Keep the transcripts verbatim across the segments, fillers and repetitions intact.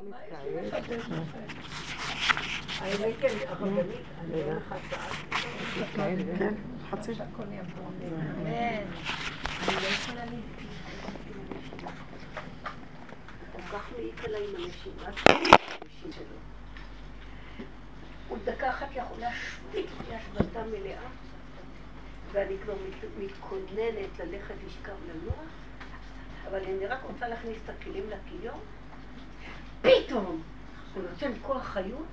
האמת כן, הרבנית, אני לא לך צעד. כן, חצי. אמן. אני לא יכולה להתקיף. כל כך מעיק עליי עם הנשימה שלו. עוד דקה אחת יכול להשפיט אותי השבתה מלאה, ואני כבר מתכוננת ללכת לשכב לנוח, אבל אני רק רוצה להכניס את הכלים לכיור, פתאום הוא נותן כוח חיות,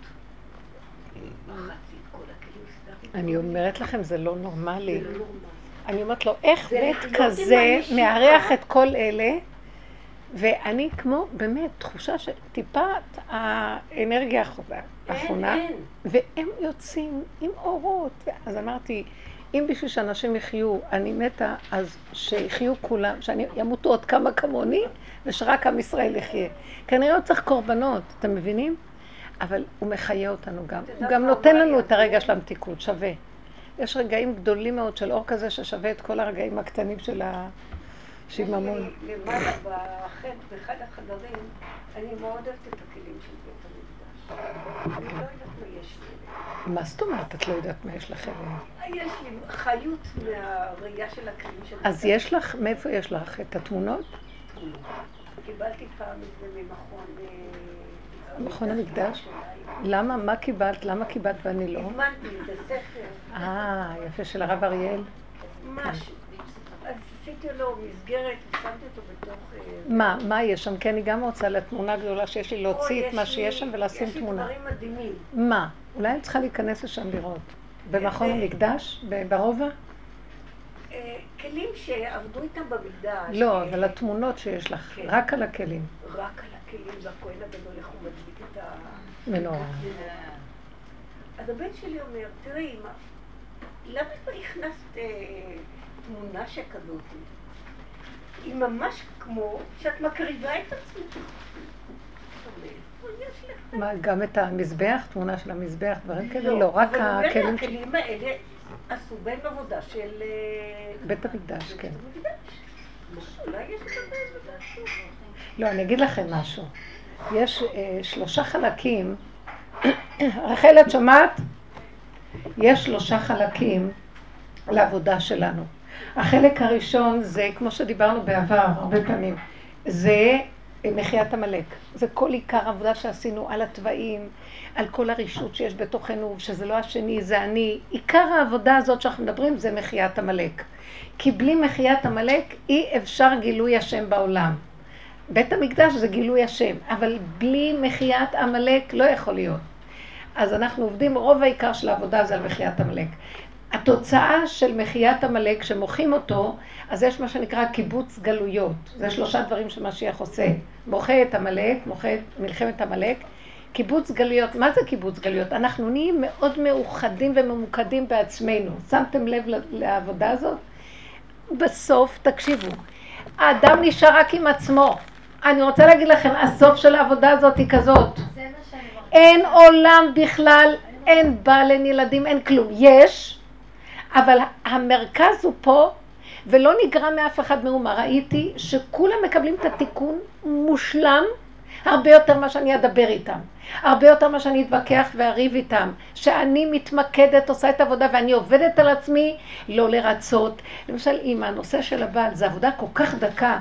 מחצי את כל הכלים סדרתי. אני אומרת לכם, זה לא נורמלי. זה לא נורמלי. אני אומרת לו, איך בית כזה מעריך את כל אלה, ואני כמו, באמת, תחושה שטיפת האנרגיה האחרונה, והם יוצאים עם אורות. אז אמרתי, אם בשביל שאנשים יחיו, אני מתה, אז שיחיו כולם, שאני ימותו עוד כמה כמוני, ושרק עם ישראל יחיה. כנראה עוד צריך קורבנות, אתם מבינים? אבל הוא מחיה אותנו גם. הוא גם נותן לנו את הרגע של המתיקות, שווה. יש רגעים גדולים מאוד של אור כזה ששווה את כל הרגעים הקטנים של השיממון. למעלה בחד, באחד החדרים, אני מאוד אוהבת את הכלים של בית המקדש. אני לא יודעת מה יש לי. מה זאת אומרת? את לא יודעת מה יש לכם? יש לי חיות מהראייה של הכלים של... אז יש לך, מאיפה יש לך? את התמונות? תמונות. קיבלתי פעם את זה ממכון... מכון המקדש? למה? מה קיבלת? למה קיבלת ואני לא? הזמנתי, זה ספר. אה, יפה, של הרב אריאל. משהו. אז עשיתי לו מסגרת, ושמתי אותו בתוך... מה? מה יש שם? כי אני גם רוצה לתמונה הגדולה שיש לי להוציא את מה שיש שם ולשים תמונה. יש לי דברים מדהימים. מה? אולי אני צריכה להיכנס לשם לראות. במכון המקדש? ברובע? כלים שעבדו איתם במקדש. לא, אבל התמונות שיש לך, רק על הכלים. רק על הכלים, והכהן הגדול איך הוא מדליק את ה... מנורה. אז הבן שלי אומר, תראי אמא, למה לא הכנסת תמונה שכזאת? היא ממש כמו שאת מקריבה את עצמך. מה, גם את המזבח, תמונה של המזבח, דברים כאלה? לא, רק הכלים... אבל הכלים האלה עשו בהם עבודה של... בית המקדש, כן. אולי יש לך בעבודה שוב. לא, אני אגיד לכם משהו. יש שלושה חלקים, רחל, את שומעת? יש שלושה חלקים לעבודה שלנו. החלק הראשון זה, כמו שדיברנו בעבר, הרבה פעמים, זה מחיית המלאק. זה כל עיקר עבודה שעשינו על הטבעים, על כל הרישות שיש בתוכנו, שזה לא השני, זה אני. עיקר העבודה הזאת שאנחנו מדברים זה מחיית המלאק. כי בלי מחיית המלאק אי אפשר גילוי השם בעולם. בית המקדש זה גילוי השם, אבל בלי מחיית המלאק לא יכול להיות. אז אנחנו עובדים, רוב העיקר של העבודה זה על מחיית המלאק. התוצאה של מחיית המלאק, שמוחים אותו, אז יש מה שנקרא קיבוץ גלויות. זה שלושה דברים שמשיח עושה. מוחה את המלאק, מוחה את מלחמת המלאק. קיבוץ גלויות, מה זה קיבוץ גלויות? אנחנו נהיים מאוד מאוחדים וממוקדים בעצמנו. שמתם לב לעבודה הזאת? בסוף, תקשיבו, האדם נשאר רק עם עצמו. אני רוצה להגיד לכם, הסוף של העבודה הזאת היא כזאת. אין עולם בכלל, אין בעל, אין ילדים, אין כלום. יש, אבל המרכז הוא פה, ולא נגרע מאף אחד מאומה. ראיתי שכולם מקבלים את התיקון מושלם, הרבה יותר מה שאני אדבר איתם. הרבה יותר מה שאני אתווכח ואריב איתם. שאני מתמקדת, עושה את העבודה, ואני עובדת על עצמי, לא לרצות. למשל, עם הנושא של הבעל, זו עבודה כל כך דקה.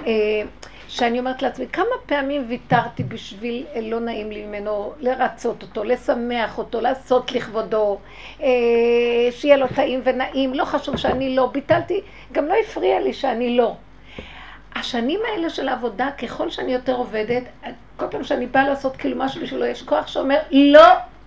שאני אומרת לעצמי, כמה פעמים ויתרתי בשביל לא נעים לי ממנו, לרצות אותו, לשמח אותו, לעשות לכבודו, שיהיה לו טעים ונעים, לא חשוב שאני לא, ביטלתי, גם לא הפריע לי שאני לא. השנים האלה של העבודה, ככל שאני יותר עובדת, כל פעם שאני באה לעשות כאילו משהו בשבילו, יש כוח שאומר, לא.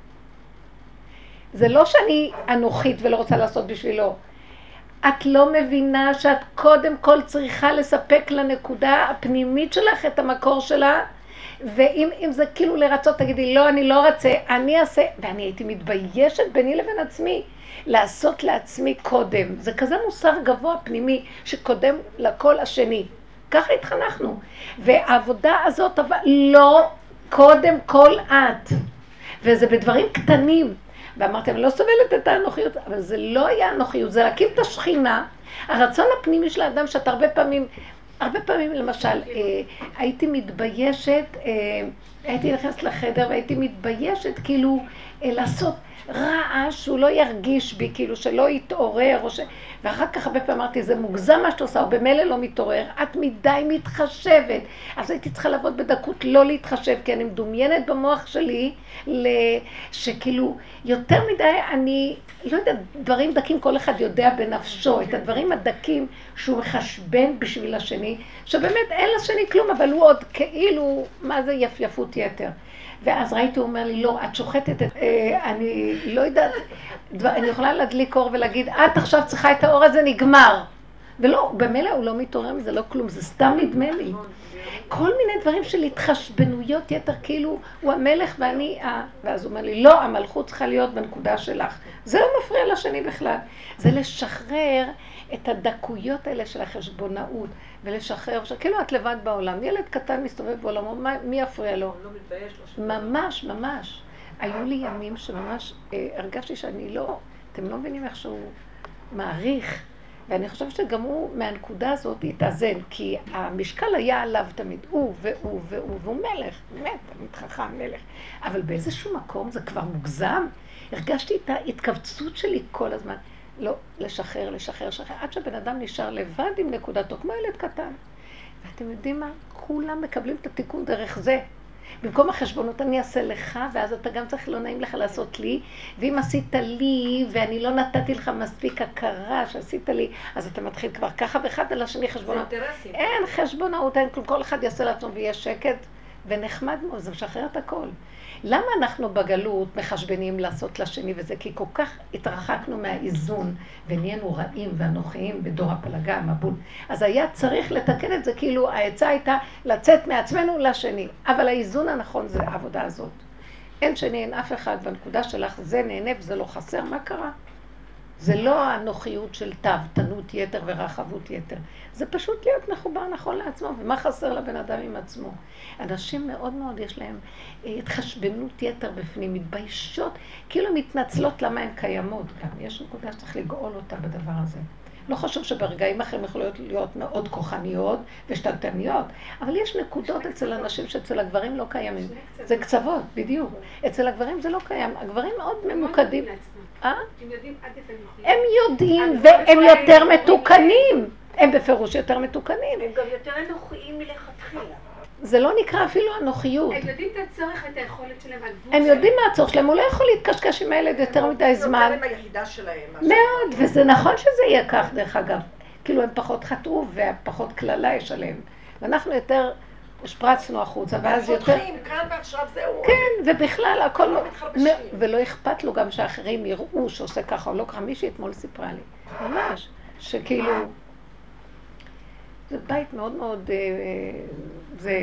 זה לא שאני אנוכית ולא רוצה לעשות בשבילו. את לא מבינה שאת קודם כל צריכה לספק לנקודה הפנימית שלך את המקור שלה, ואם אם זה כאילו לרצות, תגידי, לא, אני לא רצה, אני אעשה, ואני הייתי מתביישת ביני לבין עצמי, לעשות לעצמי קודם. זה כזה מוסר גבוה פנימי שקודם לכל השני. ככה התחנכנו. והעבודה הזאת, אבל לא קודם כל את. וזה בדברים קטנים. ואמרתי, אני לא סובלת את האנוכיות, אבל זה לא היה אנוכיות, זה להקים את השכינה. הרצון הפנימי של האדם, שאתה הרבה פעמים הרבה פעמים למשל, הייתי מתביישת, הייתי נכנסת לחדר והייתי מתביישת כאילו לעשות רעש שהוא לא ירגיש בי, כאילו שלא יתעורר, או ש... ואחר כך הרבה פעמים אמרתי, זה מוגזם מה שאתה עושה, הוא במילא לא מתעורר, את מדי מתחשבת. אז הייתי צריכה לעבוד בדקות לא להתחשב, כי אני מדומיינת במוח שלי, שכאילו יותר מדי אני, לא יודעת, דברים דקים כל אחד יודע בנפשו, את הדברים הדקים שהוא מחשבן בשביל השני, שבאמת אין לשני כלום, אבל הוא עוד כאילו, מה זה יפייפות יתר. ואז ראיתי, הוא אומר לי, לא, את שוחטת את... אה, אני לא יודעת, דבר, אני יכולה להדליק אור ולהגיד, את עכשיו צריכה את האור הזה, נגמר. ולא, במילא הוא לא מתעורר מזה, לא כלום, זה סתם נדמה לי. כל מיני דברים של התחשבנויות יתר, כאילו, הוא המלך ואני... אה, ואז הוא אומר לי, לא, המלכות צריכה להיות בנקודה שלך. זה לא מפריע לשני בכלל. זה לשחרר את הדקויות האלה של החשבונאות. ולשחרר, כאילו את לבד בעולם, ילד קטן מסתובב בעולמו, מי יפריע לו? לא מתבייש לו. ממש, ממש. היו לי ימים שממש אה, הרגשתי שאני לא, אתם לא מבינים איך שהוא מעריך, ואני חושבת שגם הוא מהנקודה הזאת התאזן, כי המשקל היה עליו תמיד, הוא והוא והוא, והוא מלך, באמת, תמיד חכם מלך. אבל באיזשהו מקום זה כבר מוגזם, הרגשתי את ההתכווצות שלי כל הזמן. לא, לשחרר, לשחרר, לשחרר, עד שבן אדם נשאר לבד עם נקודתו, כמו ילד קטן. ואתם יודעים מה? כולם מקבלים את התיקון דרך זה. במקום החשבונות אני אעשה לך, ואז אתה גם צריך, לא נעים לך לעשות לי, ואם עשית לי, ואני לא נתתי לך מספיק הכרה שעשית לי, אז אתה מתחיל כבר ככה ואחד על השני חשבונות. זה אינטרסים. אין חשבונאות, אין כלום, כל אחד יעשה לעצמו ויהיה שקט, ונחמד מאוד, זה משחרר את הכל. למה אנחנו בגלות מחשבנים לעשות לשני וזה? כי כל כך התרחקנו מהאיזון ונהיינו רעים ואנוכיים בדור הפלגה, המבול. אז היה צריך לתקן את זה, כאילו העצה הייתה לצאת מעצמנו לשני. אבל האיזון הנכון זה העבודה הזאת. אין שני, אין אף אחד, בנקודה שלך זה נהנה וזה לא חסר, מה קרה? זה לא הנוחיות של תאוותנות יתר ורחבות יתר. זה פשוט להיות מחובר נכון לעצמו, ומה חסר לבן אדם עם עצמו. אנשים מאוד מאוד יש להם התחשבנות יתר בפנים, מתביישות, כאילו מתנצלות למה הן קיימות גם. יש נקודה שצריך לגאול אותה בדבר הזה. לא חשוב שברגעים אחרים יכולות להיות מאוד כוחניות ושתלטניות, אבל יש נקודות אצל אנשים שאצל הגברים לא קיימים. זה קצוות, בדיוק. אצל הגברים זה לא קיים. הגברים מאוד ממוקדים. הם יודעים והם יותר מתוקנים. הם בפירוש יותר מתוקנים. הם גם יותר אנוכיים מלכתחילה. זה לא נקרא אפילו אנוכיות. הם יודעים את הצורך ואת היכולת שלהם, הגבול הם יודעים מה הצורך שלהם, הוא לא יכול להתקשקש עם הילד יותר מדי זמן. הם היחידה שלהם. מאוד, וזה נכון שזה יהיה כך דרך אגב. כאילו הם פחות חטאו ופחות כללה יש עליהם. ואנחנו יותר השפרצנו החוצה, ואז יותר... פותחים, כאן ועכשיו זהו. כן, ובכלל הכל... ולא אכפת לו גם שאחרים יראו שעושה ככה או לא ככה. מישהי אתמול סיפרה לי, ממש, שכאילו... זה בית מאוד מאוד... זה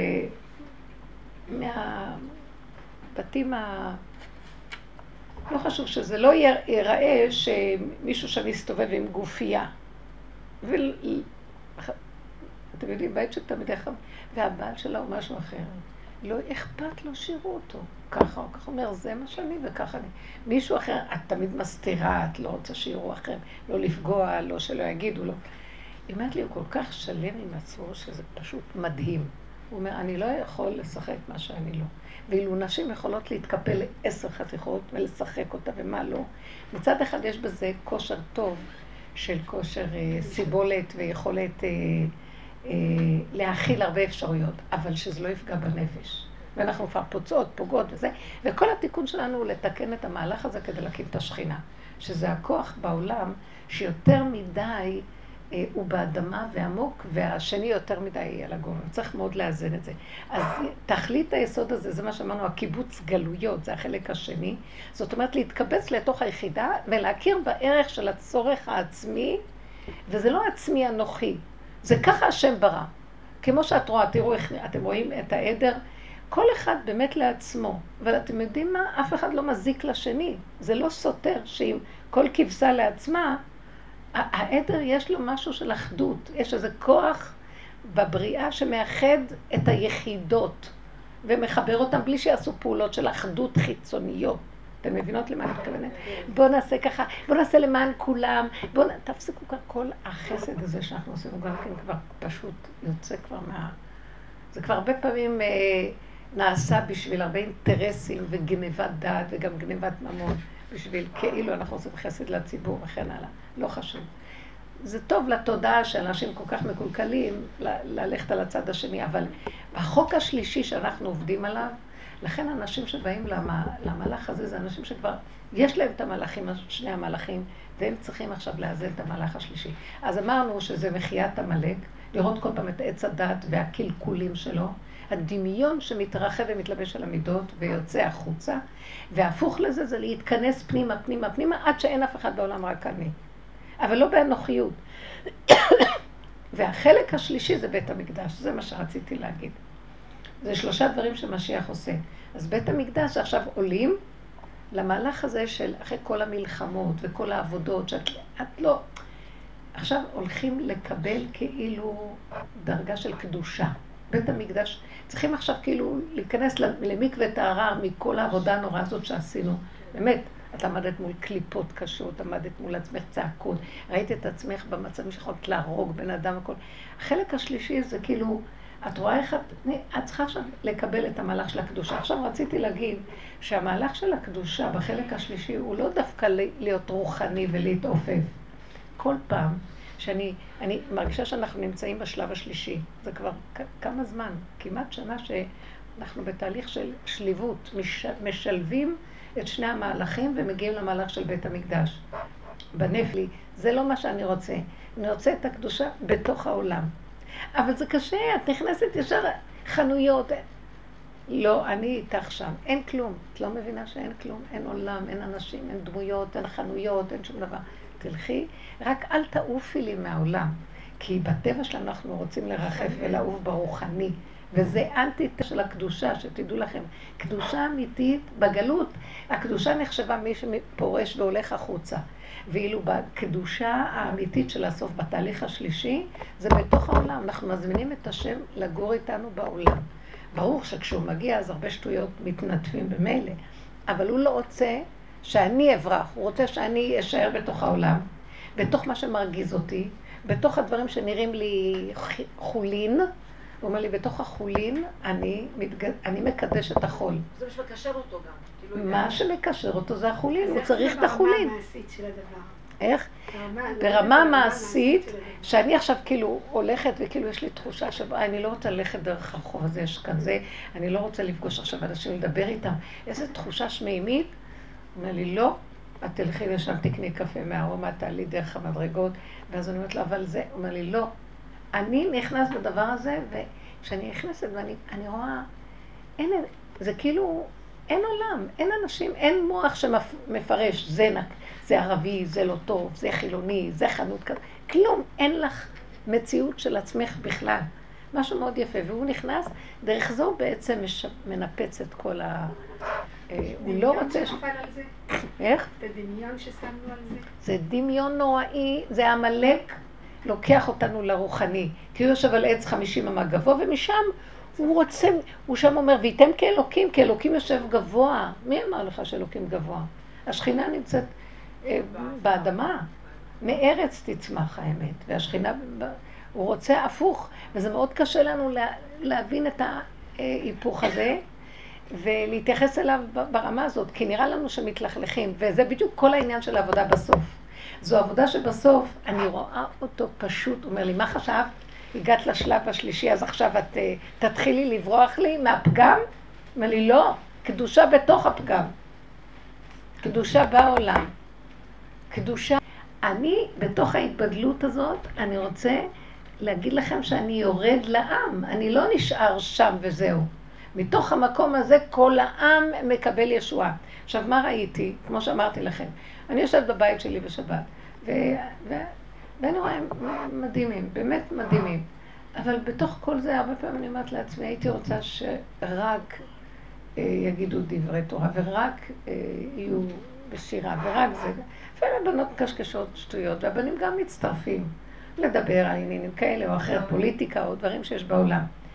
מהבתים ה... לא חשוב שזה לא ייראה שמישהו שם יסתובב עם גופייה. ואתם יודעים, בית שתמיד אחד, והבעל שלה הוא משהו אחר. לא אכפת לו שירו אותו. ככה, הוא ככה אומר, זה מה שאני וככה אני. מישהו אחר, את תמיד מסתירה, את לא רוצה שירו אחר, לא לפגוע, לא שלא יגידו לו. היא אומרת לי, הוא כל כך שלם עם עצמו שזה פשוט מדהים. הוא אומר, אני לא יכול לשחק מה שאני לא. ואילו נשים יכולות להתקפל לעשר חתיכות ולשחק אותה ומה לא. מצד אחד יש בזה כושר טוב של כושר אה, סיבולת ויכולת אה, אה, להכיל הרבה אפשרויות, אבל שזה לא יפגע בנפש. ואנחנו כבר פוצעות, פוגעות וזה. וכל התיקון שלנו הוא לתקן את המהלך הזה כדי להקים את השכינה. שזה הכוח בעולם שיותר מדי... הוא באדמה ועמוק, והשני יותר מדי על הגובה. צריך מאוד לאזן את זה. אז תכלית היסוד הזה, זה מה שאמרנו, הקיבוץ גלויות, זה החלק השני. זאת אומרת, להתקבץ לתוך היחידה ולהכיר בערך של הצורך העצמי, וזה לא עצמי אנוכי. זה ככה השם ברא. כמו שאת רואה, תראו, אתם רואים את העדר, כל אחד באמת לעצמו. אבל אתם יודעים מה? אף אחד לא מזיק לשני. זה לא סותר שאם כל כבשה לעצמה, העדר יש לו משהו של אחדות, יש איזה כוח בבריאה שמאחד את היחידות ומחבר אותם בלי שיעשו פעולות של אחדות חיצוניות. אתם מבינות למה אני מתכוונת? בואו נעשה ככה, בואו נעשה למען כולם, בואו תפסיקו כאן כל החסד הזה שאנחנו עושים, הוא גם כן כבר פשוט יוצא כבר מה... זה כבר הרבה פעמים אה, נעשה בשביל הרבה אינטרסים וגנבת דעת וגם גנבת ממון, בשביל כאילו אנחנו עושים חסד לציבור וכן הלאה, לא חשוב. זה טוב לתודעה שאנשים כל כך מקולקלים ל- ללכת על הצד השני, אבל בחוק השלישי שאנחנו עובדים עליו, לכן אנשים שבאים למה, למהלך הזה, זה אנשים שכבר יש להם את המהלכים, שני המהלכים, והם צריכים עכשיו לאזן את המהלך השלישי. אז אמרנו שזה מחיית המלאק, לראות כל פעם את עץ הדת והקלקולים שלו, הדמיון שמתרחב ומתלבש על המידות ויוצא החוצה, והפוך לזה זה להתכנס פנימה, פנימה, פנימה, עד שאין אף אחד בעולם רק אני. אבל לא באנוכיות. והחלק השלישי זה בית המקדש, זה מה שרציתי להגיד. זה שלושה דברים שמשיח עושה. אז בית המקדש עכשיו עולים למהלך הזה של אחרי כל המלחמות וכל העבודות, שאת את לא... עכשיו הולכים לקבל כאילו דרגה של קדושה. בית המקדש, צריכים עכשיו כאילו להיכנס למקווה טהרה מכל העבודה הנוראה הזאת שעשינו. באמת, את עמדת מול קליפות קשות, עמדת מול עצמך צעקות, ראית את עצמך במצבים שיכולת להרוג בן אדם וכל. החלק השלישי זה כאילו, את רואה איך את, את צריכה עכשיו לקבל את המהלך של הקדושה. עכשיו רציתי להגיד שהמהלך של הקדושה בחלק השלישי הוא לא דווקא להיות רוחני ולהתעופף. כל פעם שאני אני מרגישה שאנחנו נמצאים בשלב השלישי, זה כבר כמה זמן, כמעט שנה שאנחנו בתהליך של שליבות, משלבים את שני המהלכים ומגיעים למהלך של בית המקדש. בנפלי, זה לא מה שאני רוצה. אני רוצה את הקדושה בתוך העולם. אבל זה קשה, את נכנסת ישר חנויות. לא, אני איתך שם. אין כלום. את לא מבינה שאין כלום. אין עולם, אין אנשים, אין דמויות, אין חנויות, אין שום דבר. תלכי, רק אל תעופי לי מהעולם. כי בטבע שלנו אנחנו רוצים לרחף ולעוף ברוחני. וזה אנטיתזה של הקדושה, שתדעו לכם. קדושה אמיתית בגלות. הקדושה נחשבה מי שפורש והולך החוצה. ואילו בקדושה האמיתית של הסוף, בתהליך השלישי, זה בתוך העולם. אנחנו מזמינים את השם לגור איתנו בעולם. ברור שכשהוא מגיע, אז הרבה שטויות מתנדפים במילא. אבל הוא לא רוצה שאני אברח. הוא רוצה שאני אשאר בתוך העולם, בתוך מה שמרגיז אותי, בתוך הדברים שנראים לי חולין. הוא אומר לי, בתוך החולין אני, מתג... אני מקדש את החול. זה מה שמקשר אותו גם. כאילו מה שמקשר אותו זה החולין, הוא צריך את ברמה החולין. המעשית של הדבר. איך? ברמה- ברמה ברמה מעשית, של הדבר. שאני עכשיו כאילו הולכת וכאילו יש לי תחושה שאני לא רוצה ללכת דרך הרחוב הזה, יש כאן זה, אני לא רוצה לפגוש עכשיו אנשים לדבר איתם. איזו תחושה שמימית? הוא אומר לי, לא, את תלכי לשם, תקני קפה מהארומה, תעלי דרך המדרגות, ואז אני אומרת לו, אבל זה, הוא אומר לי, לא. אני נכנס בדבר הזה, וכשאני נכנסת ואני אני רואה, אין, זה כאילו, אין עולם, אין אנשים, אין מוח שמפרש, זה, נק, זה ערבי, זה לא טוב, זה חילוני, זה חנות כזה, כלום, אין לך מציאות של עצמך בכלל. משהו מאוד יפה, והוא נכנס, דרך זו בעצם מש, מנפץ את כל ה... הוא לא רוצה... דמיון שנפל על זה? איך? את הדמיון ששמנו על זה? זה דמיון נוראי, זה המלאק לוקח אותנו לרוחני, כי הוא יושב על עץ חמישים אמה גבוה, ומשם הוא רוצה, הוא שם אומר, וייתם כאלוקים, כי אלוקים יושב גבוה. מי אמר לך שאלוקים גבוה? השכינה נמצאת אה, באדמה, מארץ תצמח האמת, והשכינה, הוא רוצה הפוך, וזה מאוד קשה לנו לה, להבין את ההיפוך הזה, ולהתייחס אליו ברמה הזאת, כי נראה לנו שמתלכלכים, וזה בדיוק כל העניין של העבודה בסוף. זו עבודה שבסוף אני רואה אותו פשוט, הוא אומר לי, מה חשב? הגעת לשלב השלישי, אז עכשיו את תתחילי לברוח לי מהפגם? הוא אומר לי, לא, קדושה בתוך הפגם. קדושה בעולם. קדושה. אני, בתוך ההתבדלות הזאת, אני רוצה להגיד לכם שאני יורד לעם. אני לא נשאר שם וזהו. מתוך המקום הזה כל העם מקבל ישועה. עכשיו, מה ראיתי? כמו שאמרתי לכם, אני יושבת בבית שלי בשבת, ו... ו... ואני רואה, מדהימים, באמת מדהימים. אבל בתוך כל זה, הרבה פעמים אני אומרת לעצמי, הייתי רוצה שרק אה, יגידו דברי תורה, ורק אה, יהיו בשירה, ורק זה. לפעמים הבנות קשקשות שטויות, והבנים גם מצטרפים לדבר על עניינים כאלה או אחר, פוליטיקה או דברים שיש בעולם.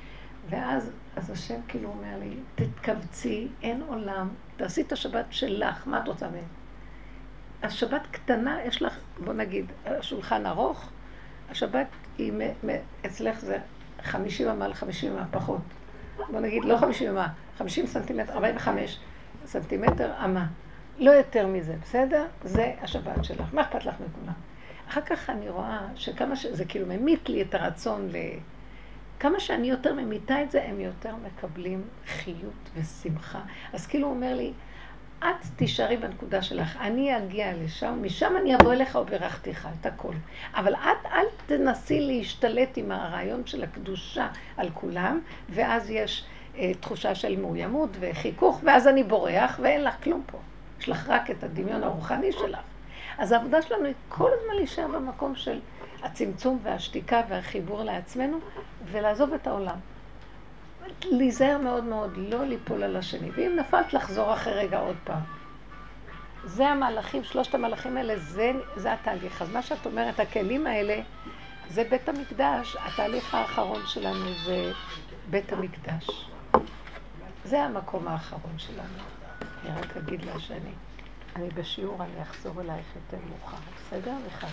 ואז, אז השם כאילו אומר לי, תתכווצי, אין עולם, תעשי את השבת שלך, מה את רוצה מהם? השבת קטנה, יש לך, בוא נגיד, השולחן ארוך, השבת היא, מ, מ, אצלך זה חמישים אמה לחמישים אמה פחות. בוא נגיד, לא חמישים אמה, חמישים סנטימטר, ארבעים וחמש סנטימטר אמה. לא יותר מזה, בסדר? זה השבת שלך. מה אכפת לך מכולם? אחר כך אני רואה שכמה ש... זה כאילו ממית לי את הרצון ל... כמה שאני יותר ממיתה את זה, הם יותר מקבלים חיות ושמחה. אז כאילו הוא אומר לי, את תישארי בנקודה שלך, אני אגיע לשם, משם אני אבוא אליך וברכתיך את הכל. אבל את אל תנסי להשתלט עם הרעיון של הקדושה על כולם, ואז יש אה, תחושה של מאוימות וחיכוך, ואז אני בורח ואין לך כלום פה. יש לך רק את הדמיון הרוחני שלך. אז העבודה שלנו היא כל הזמן להישאר במקום של הצמצום והשתיקה והחיבור לעצמנו, ולעזוב את העולם. להיזהר מאוד מאוד, לא ליפול על השני. ואם נפלת, לחזור אחרי רגע עוד פעם. זה המהלכים, שלושת המהלכים האלה, זה, זה התהליך. אז מה שאת אומרת, הכלים האלה, זה בית המקדש. התהליך האחרון שלנו זה בית המקדש. זה המקום האחרון שלנו. אני רק אגיד לה שאני, אני בשיעור, אני אחזור אלייך יותר מאוחר. בסדר, מיכל?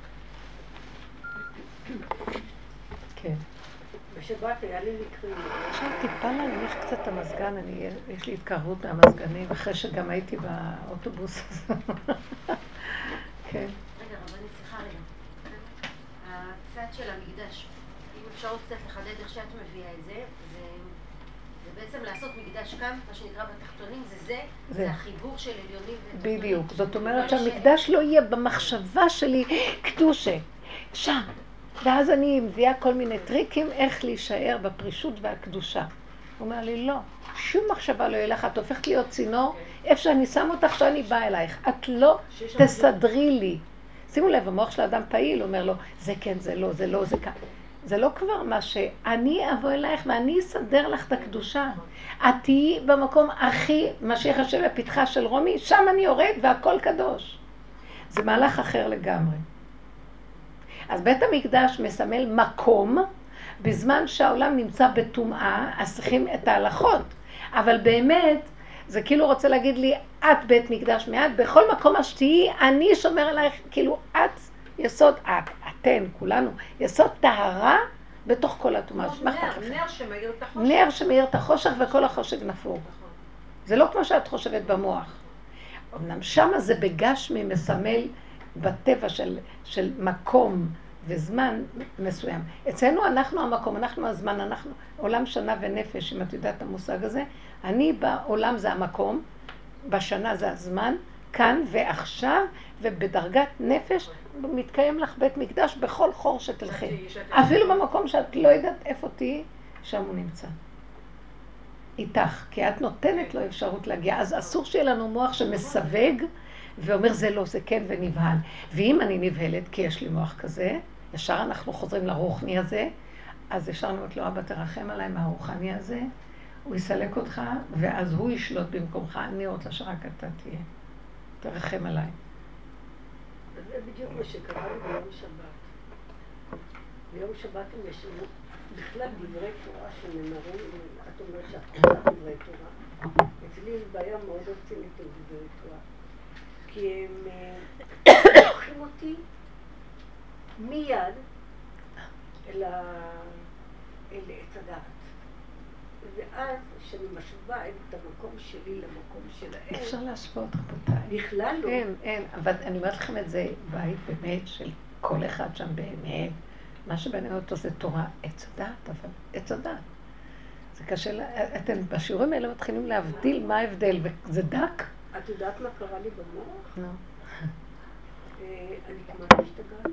כן. בשבת היה לי מקרים. עכשיו טיפה להנמיך קצת את המזגן, אני, יש לי התקרבות מהמזגנים, אחרי שגם הייתי באוטובוס הזה. כן. רגע, רבנית, סליחה רגע. הצד של המקדש, אם אפשר עוד קצת לחדד איך שאת מביאה את זה, זה, זה בעצם לעשות מקדש כאן, מה שנקרא בתחתונים, זה זה, זה, זה החיבור של עליונים ותחתונים. בדיוק, זאת אומרת שהמקדש לא יהיה במחשבה שלי קדושה, שם. ואז אני מביאה כל מיני טריקים איך להישאר בפרישות והקדושה. הוא אומר לי, לא, שום מחשבה לא יהיה לך, את הופכת להיות צינור, איפה שאני שם אותך, שאני באה אלייך. את לא תסדרי לי. שימו לב, המוח של האדם פעיל, אומר לו, זה כן, זה לא, זה לא, זה כאן. זה לא כבר מה שאני אבוא אלייך ואני אסדר לך את הקדושה. את תהיי במקום הכי, מה שיחשב בפתחה של רומי, שם אני יורד והכל קדוש. זה מהלך אחר לגמרי. אז בית המקדש מסמל מקום, בזמן שהעולם נמצא בטומאה, אז צריכים את ההלכות. אבל באמת, זה כאילו רוצה להגיד לי, את בית מקדש מעט, בכל מקום השתיעי, אני שומר עלייך, כאילו את יסוד, את, אתן, כולנו, יסוד טהרה בתוך כל הטומאה. נר שמאיר את החושך. נר שמאיר את החושך וכל החושך נפוג. זה לא כמו שאת חושבת במוח. אמנם שמה זה בגשמי מסמל בטבע של, של מקום וזמן מסוים. אצלנו אנחנו המקום, אנחנו הזמן, אנחנו עולם שנה ונפש, אם את יודעת את המושג הזה. אני בעולם זה המקום, בשנה זה הזמן, כאן ועכשיו, ובדרגת נפש מתקיים לך בית מקדש בכל חור שתלכי. אפילו במקום שאת לא יודעת איפה תהיי, שם הוא נמצא. איתך, כי את נותנת לו אפשרות להגיע. אז אסור שיהיה לנו מוח שמסווג, ואומר זה לא, זה כן, ונבהל. ואם אני נבהלת, כי יש לי מוח כזה, ישר אנחנו חוזרים לרוחני הזה, אז ישר נאמרת לו, אבא תרחם עליי מהרוחני הזה, הוא יסלק אותך, ואז הוא ישלוט במקומך, אני רוצה שרק אתה תהיה. תרחם עליי. זה בדיוק מה שקרה לי ביום שבת. ביום שבת הם ישנו בכלל דברי תורה שנאמרים, את אומרת שאת קוראת דברי תורה. אצלי יש בעיה מאוד רצינית עם דברי תורה. כי הם לוקחים אותי מיד אל עץ הדעת. ואז שאני משווה את המקום שלי למקום שלהם. אפשר להשוות, רבותיי. בכלל לא. אין, אין. אבל אני אומרת לכם את זה, בית באמת של כל אחד שם באמת. מה שבעניין אותו זה תורה עץ הדעת, אבל עץ הדעת. זה קשה, אתם בשיעורים האלה מתחילים להבדיל מה ההבדל, וזה דק. את יודעת מה קרה לי במוח? לא. אני כמעט השתגעתי.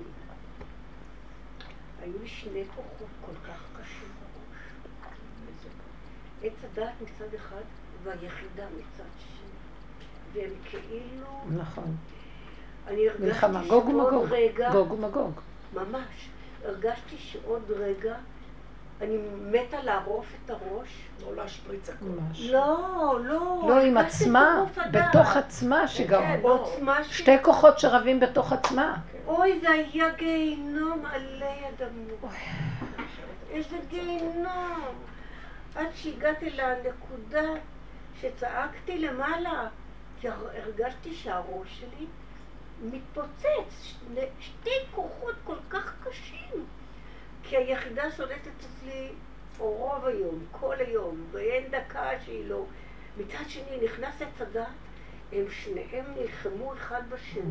היו לי שני כוחות כל כך קשים בראש. עץ הדעת מצד אחד והיחידה מצד שני. והם כאילו... נכון. אני הרגשתי שעוד רגע... גוג ומגוג. ממש. הרגשתי שעוד רגע אני מתה לערוף את הראש. לא להשפריץ הכל. לא, לא. לא, עם עצמה, בתוך עצמה שגרום. שתי כוחות שרבים בתוך עצמה. אוי, זה היה גיהינום עלי אדמות. איזה גיהינום. עד שהגעתי לנקודה שצעקתי למעלה, כי הרגשתי שהראש שלי מתפוצץ, שני, שתי כוחות כל כך קשים, כי היחידה שולטת אצלי רוב היום, כל היום, ואין דקה שהיא לא. מצד שני נכנס הצדת, הם שניהם נלחמו אחד בשני.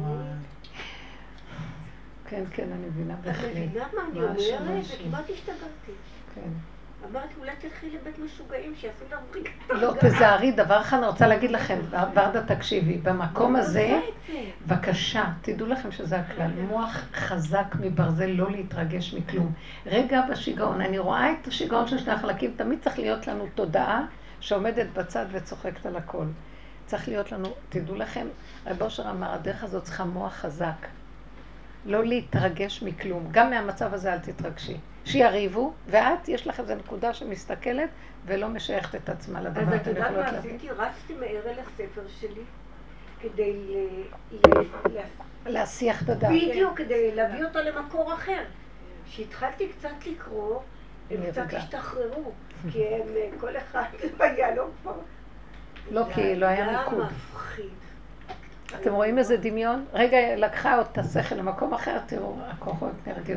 כן, כן, אני מבינה בהחלט. את מבינה מה אני אומרת? וכמעט השתגעתי. כן. אמרתי, אולי תלכי לבית משוגעים שיעשו לך בריגה. לא, תזהרי, דבר אחד אני רוצה להגיד לכם, ורדה תקשיבי, במקום הזה, בבקשה, תדעו לכם שזה הכלל, מוח חזק מברזל, לא להתרגש מכלום. רגע בשיגעון, אני רואה את השיגעון של שני החלקים, תמיד צריך להיות לנו תודעה שעומדת בצד וצוחקת על הכל. צריך להיות לנו, תדעו לכם, רב אושר אמר, הדרך הזאת צריכה מוח חזק. לא להתרגש מכלום, גם מהמצב הזה אל תתרגשי. שיריבו, ואת, יש לך איזו נקודה שמסתכלת ולא משייכת את עצמה לדבר. אז את יודעת מה עשיתי? רצתי מהר אל הספר שלי כדי להסיח את הדעת. בדיוק, כדי להביא אותה למקור אחר. כשהתחלתי קצת לקרוא, הם קצת השתחררו, כי הם, כל אחד היה לו כבר... לא, כי לא היה מיקוד. זה היה מפחיד. אתם רואים איזה דמיון? רגע, לקחה אותה שכל למקום אחר, תראו, הכוחות נרגעו.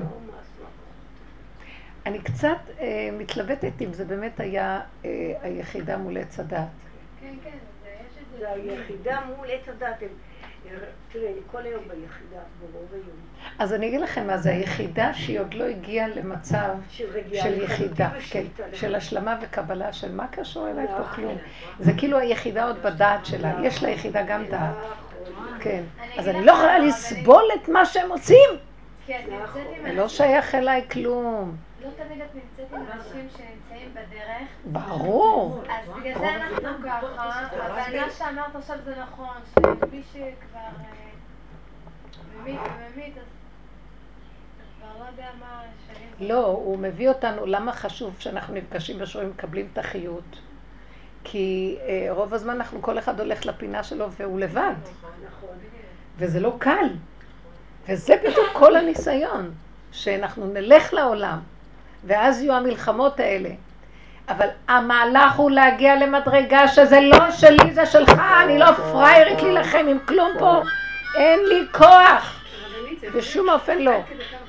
אני קצת אה, מתלבטת אם זה באמת היה אה, היחידה מול עץ הדת. כן, כן, זה יש את זה. זה היחידה מול עץ הדת. תראה, אני כל היום ביחידה, ברוב היום. אז אני אגיד לכם מה זה, היחידה שהיא עוד לא הגיעה למצב של יחידה, כן, של השלמה וקבלה, של מה קשור אליי פה כלום. זה כאילו היחידה עוד בדעת שלה, יש לה יחידה גם דעת. כן, אז אני לא יכולה לסבול את מה שהם עושים. כן, נמצאת עם זה לא שייך אליי כלום. לא תמיד את נמצאת עם אנשים שנמצאים בדרך. ברור. אז בגלל זה אנחנו ככה, אבל מה שאמרת עכשיו זה נכון, שמי שכבר ממית וממית, אז כבר לא יודע מה שנים. לא, הוא מביא אותנו, למה חשוב שאנחנו נפגשים בשורים מקבלים את החיות? כי רוב הזמן אנחנו, כל אחד הולך לפינה שלו והוא לבד. וזה לא קל. וזה בדיוק כל הניסיון, שאנחנו נלך לעולם, ואז יהיו המלחמות האלה. אבל המהלך הוא להגיע למדרגה שזה לא שלי, זה שלך, אני לא פריירית להילחם עם כלום פה, אין לי כוח. בשום אופן לא.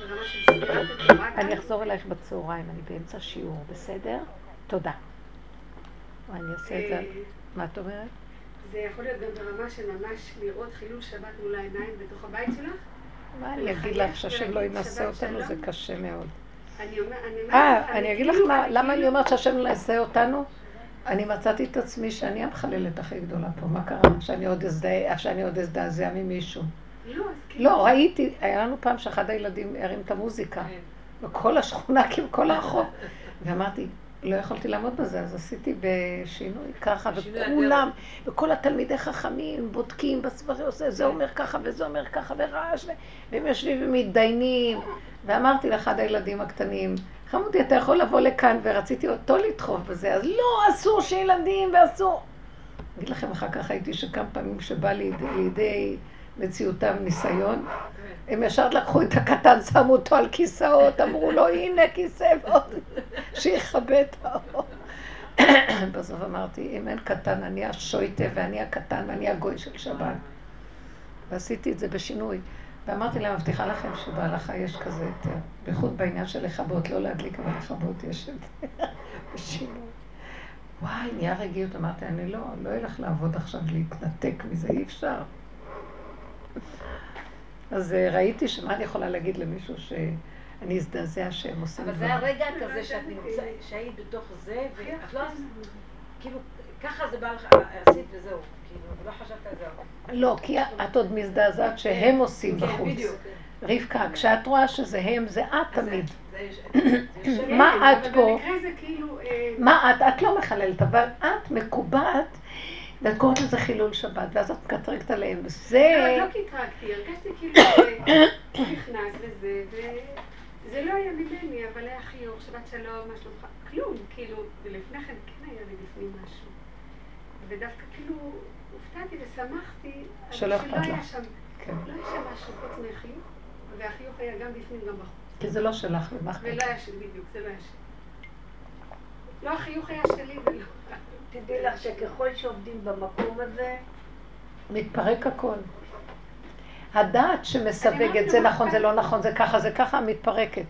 אני אחזור אלייך בצהריים, אני באמצע שיעור, בסדר? תודה. אני אעשה את זה. מה את אומרת? זה יכול להיות גם ברמה של ממש לראות חילול שבת מול העיניים בתוך הבית שלך? מה אני אגיד לך שהשם לא ינסה אותנו, זה קשה מאוד. אני אומרת... אה, אני אגיד לך למה אני אומרת שהשם לא ינסה אותנו? אני מצאתי את עצמי שאני המחללת הכי גדולה פה. מה קרה? שאני עוד אזדעזע ממישהו. לא, ראיתי, היה לנו פעם שאחד הילדים הרים את המוזיקה. וכל השכונה, כאילו כל הרחוב. ואמרתי, לא יכולתי לעמוד בזה, אז עשיתי בשינוי ככה, וכולם, וכל התלמידי חכמים בודקים בספרים, זה אומר ככה וזה אומר ככה, ורעש, והם יושבים ומתדיינים, ואמרתי לאחד הילדים הקטנים, חמודי, אתה יכול לבוא לכאן, ורציתי אותו לדחוף בזה, אז לא, אסור שילדים, ואסור. אגיד לכם, אחר כך הייתי שכמה פעמים שבא לידי, לידי מציאותם ניסיון, הם ישר לקחו את הקטן, שמו אותו על כיסאות, אמרו לו, הנה כיסא ועוד, שיכבד אותו. בסוף אמרתי, אם אין קטן, אני השויטה ואני הקטן ואני הגוי של שבת. ועשיתי את זה בשינוי. ואמרתי להם, מבטיחה לכם שבהלכה יש כזה יותר. בייחוד בעניין של לכבות, לא להדליק, אבל לכבות יש את זה בשינוי. וואי, נהיה רגיעות, אמרתי, אני לא, לא אלך לעבוד עכשיו להתנתק מזה, אי אפשר. אז ראיתי שמה אני יכולה להגיד למישהו שאני אזדעזע שהם עושים אבל זה הרגע כזה שאת נמצא, שהיית בתוך זה, ואת לא עשית, כאילו, ככה זה בא לך, עשית וזהו, כאילו, לא חשבת על זה. לא, כי את עוד מזדעזעת שהם עושים בחוץ. רבקה, כשאת רואה שזה הם, זה את תמיד. מה את פה? במקרה זה כאילו... מה את? את לא מחללת, אבל את מקובעת, ואת קוראת לזה חילול שבת, ואז את מקטרקת עליהם, וזה... לא, לא קטרקתי, הרגשתי כאילו נכנס לזה, וזה לא היה ממני, אבל היה חיוך, שבת שלום, מה שלומך, כלום, כאילו, ולפני כן כן היה לי לפנים משהו. ודווקא כאילו הופתעתי ושמחתי, שלא אכפת לך. לא היה שם משהו חוץ מהחיוך, והחיוך היה גם בפנים גם בחוץ. כי זה לא שלך, ומחת. ולא היה שלי, בדיוק, זה לא היה שלי. לא החיוך היה שלי ולא... תדעי לך שככל שעובדים במקום הזה, מתפרק הכל. הדעת שמסווגת, זה נכון, זה לא נכון, זה ככה, זה ככה, מתפרקת.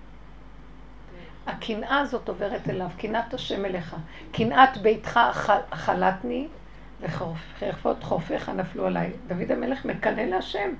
הקנאה הזאת עוברת אליו, קנאת השם אליך. קנאת ביתך אכלתני, וחרפות חופיך נפלו עליי. דוד המלך מקנא להשם.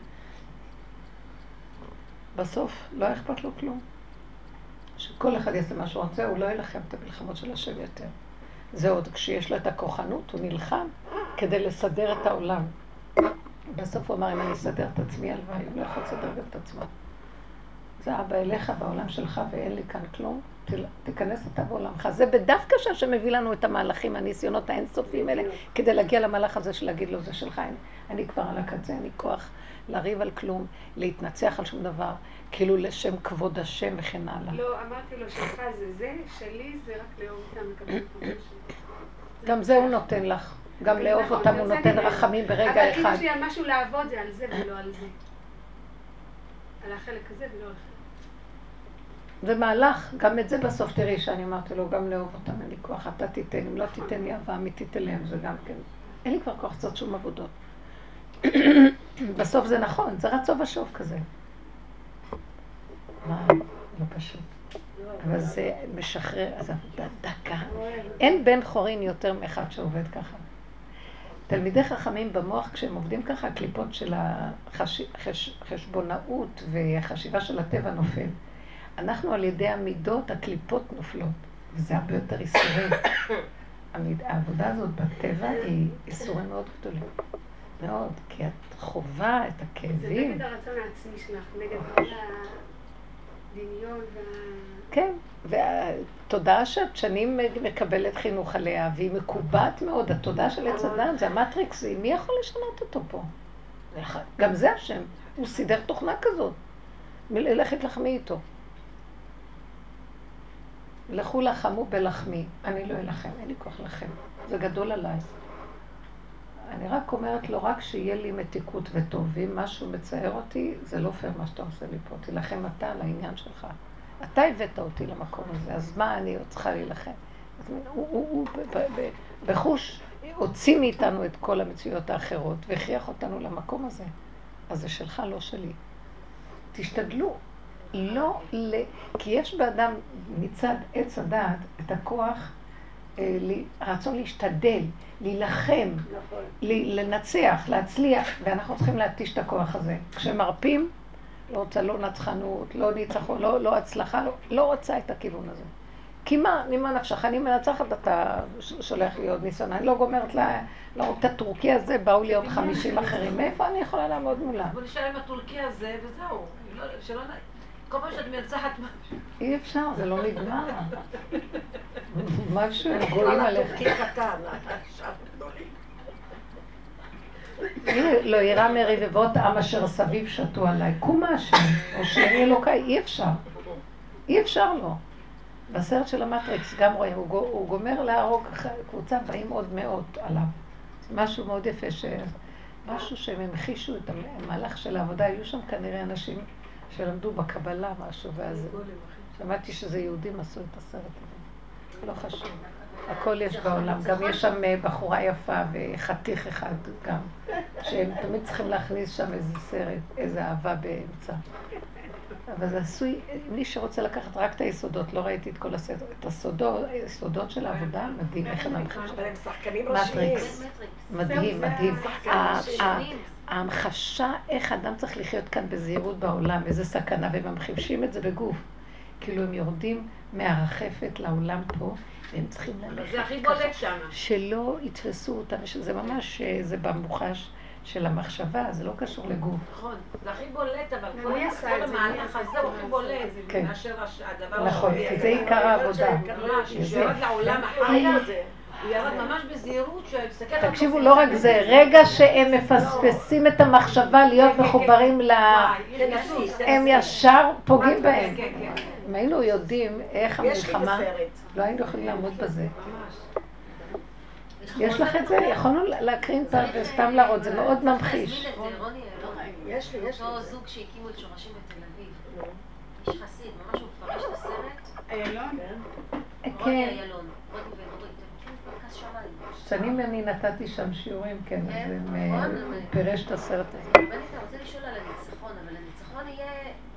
בסוף לא אכפת לו כלום. שכל אחד יעשה מה שהוא רוצה, הוא לא ילחם את המלחמות של השם יותר. זה עוד כשיש לו את הכוחנות, הוא נלחם כדי לסדר את העולם. בסוף הוא אמר, אם אני אסדר את עצמי, הלוואי, הוא לא יכול לסדר גם את עצמו. זה אבא אליך בעולם שלך ואין לי כאן כלום, תיכנס אתה בעולמך. זה בדווקא שהשם מביא לנו את המהלכים, הניסיונות האינסופיים האלה, כדי להגיע למהלך הזה של להגיד לו, זה שלך, אני, אני כבר על הקצה, אני כוח לריב על כלום, להתנצח על שום דבר, כאילו לשם כבוד השם וכן הלאה. לא, אמרתי לו, שלך זה זה, שלי זה רק לאהוב אותם מקבל חמש. גם זה הוא נותן לך, גם לאהוב אותם הוא נותן רחמים ברגע אבל כאילו אחד. שיש לי על משהו לעבוד, זה על זה ולא על זה. על החלק הזה ולא על החלק. זה מהלך, גם את זה בסוף תראי שאני אמרתי לו, גם לאהוב אותם, אין לי כוח, אתה תיתן, אם לא תיתן לי אהבה אמיתית אליהם, זה גם כן, אין לי כבר כוח לעשות שום עבודות. בסוף זה נכון, זה רצו ושוב כזה. מה? לא פשוט. אבל זה משחרר, אז עבודה דקה. אין בן חורין יותר מאחד שעובד ככה. תלמידי חכמים במוח, כשהם עובדים ככה, הקליפות של החשבונאות והחשיבה של הטבע נופל. אנחנו על ידי המידות, הקליפות נופלות, וזה הרבה יותר איסורים. העבודה הזאת בטבע היא איסורים מאוד גדולים. מאוד, כי את חובה את הכאבים. זה נגד הרצון העצמי שלך, נגד כל הדמיון וה... כן, והתודעה שאת שנים מקבלת חינוך עליה, והיא מקובעת מאוד, התודעה של עץ אדם, זה המטריקס, מי יכול לשנות אותו פה? גם זה השם, הוא סידר תוכנה כזאת, ללכת לחמי איתו. לכו לחמו בלחמי, אני לא אלחם, אין לי כוח לכם, זה גדול עליי. אני רק אומרת לו, רק שיהיה לי מתיקות וטוב, ואם משהו מצער אותי, זה לא פייר מה שאתה עושה לי פה, תילחם אתה על העניין שלך. אתה הבאת אותי למקום הזה, אז מה אני עוד צריכה להילחם? הוא, הוא, הוא בחוש הוציא מאיתנו את כל המציאות האחרות, והכריח אותנו למקום הזה. אז זה שלך, לא שלי. תשתדלו. לא ל... כי יש באדם מצד עץ הדעת את הכוח, אה, הרצון להשתדל, להילחם, נכון. לנצח, להצליח, ואנחנו צריכים להתיש את הכוח הזה. כשמרפים, לא רוצה לא נצחנות, לא ניצחון, לא, לא הצלחה, לא, לא רוצה את הכיוון הזה. כי מה, ממה נפשך? אני מנצחת, אתה שולח לי עוד ניסיון, אני לא גומרת לה, לא, את הטורקי הזה, באו לי עוד חמישים אחרים, מאיפה אני יכולה לעמוד מולה? בוא נשאר עם הטורקי הזה וזהו, שלא נ... כל פעם שאת מנצחת משהו. אי אפשר, זה לא נגמר. משהו, הם גולים עליך. טורקי קטן, עכשיו גדולים. לא ירא מרבבות עם אשר סביב שתו עליי. קומה השם, או שאני אלוקיי, אי אפשר. אי אפשר לו. בסרט של המטריקס גם רואים, הוא גומר להרוג קבוצה, באים עוד מאות עליו. משהו מאוד יפה, ש... משהו שהם המחישו את המהלך של העבודה, היו שם כנראה אנשים שלמדו בקבלה משהו, ואז שמעתי שזה יהודים עשו את הסרט הזה. לא חשוב. הכל יש בעולם, גם יש שם בחורה יפה וחתיך אחד גם, שהם תמיד צריכים להכניס שם איזה סרט, איזה אהבה באמצע. אבל זה עשוי, מי שרוצה לקחת רק את היסודות, לא ראיתי את כל הסרט, את הסודות, היסודות של העבודה, מדהים, איך הם המחישים. אבל הם שחקנים ראשיים. מטריקס, מדהים, מדהים. ההמחשה, איך אדם צריך לחיות כאן בזהירות בעולם, איזה סכנה, והם ממחישים את זה בגוף. כאילו הם יורדים מהרחפת לעולם פה, והם צריכים ללכת. זה הכי בולט שם. שלא יתפסו אותם, שזה ממש, זה במוחש של המחשבה, זה לא קשור לגוף. נכון, זה הכי בולט, אבל מי כל עשה את זה? המהלך הזה הוא הכי בולט, כן. מאשר הדבר נכון, השני. כי זה עיקר העבודה. ממש, שהוא ירד לעולם החי הזה, הוא ירד ממש בזהירות, שהוא יסתכל על תקשיבו, לא רק זה, רגע שהם מפספסים את המחשבה להיות מחוברים ל... הם ישר פוגעים בהם. אם היינו יודעים איך המלחמה, לא היינו יכולים לעמוד בזה. יש לך את זה? יכולנו להקרין את זה וסתם להראות, זה מאוד ממחיש. יש לי, יש לי. אותו זוג שהקימו את שורשים בתל אביב. איש חסיד, ממש הוא מפרש את הסרט. איילון? רוני איילון. עוד ועוד, אתם פרקס שמיים. שנים אני נתתי שם שיעורים, כן, אז הם פירש את הסרט הזה. אבל אתה רוצה לשאול על הניצחון, אבל הניצחון יהיה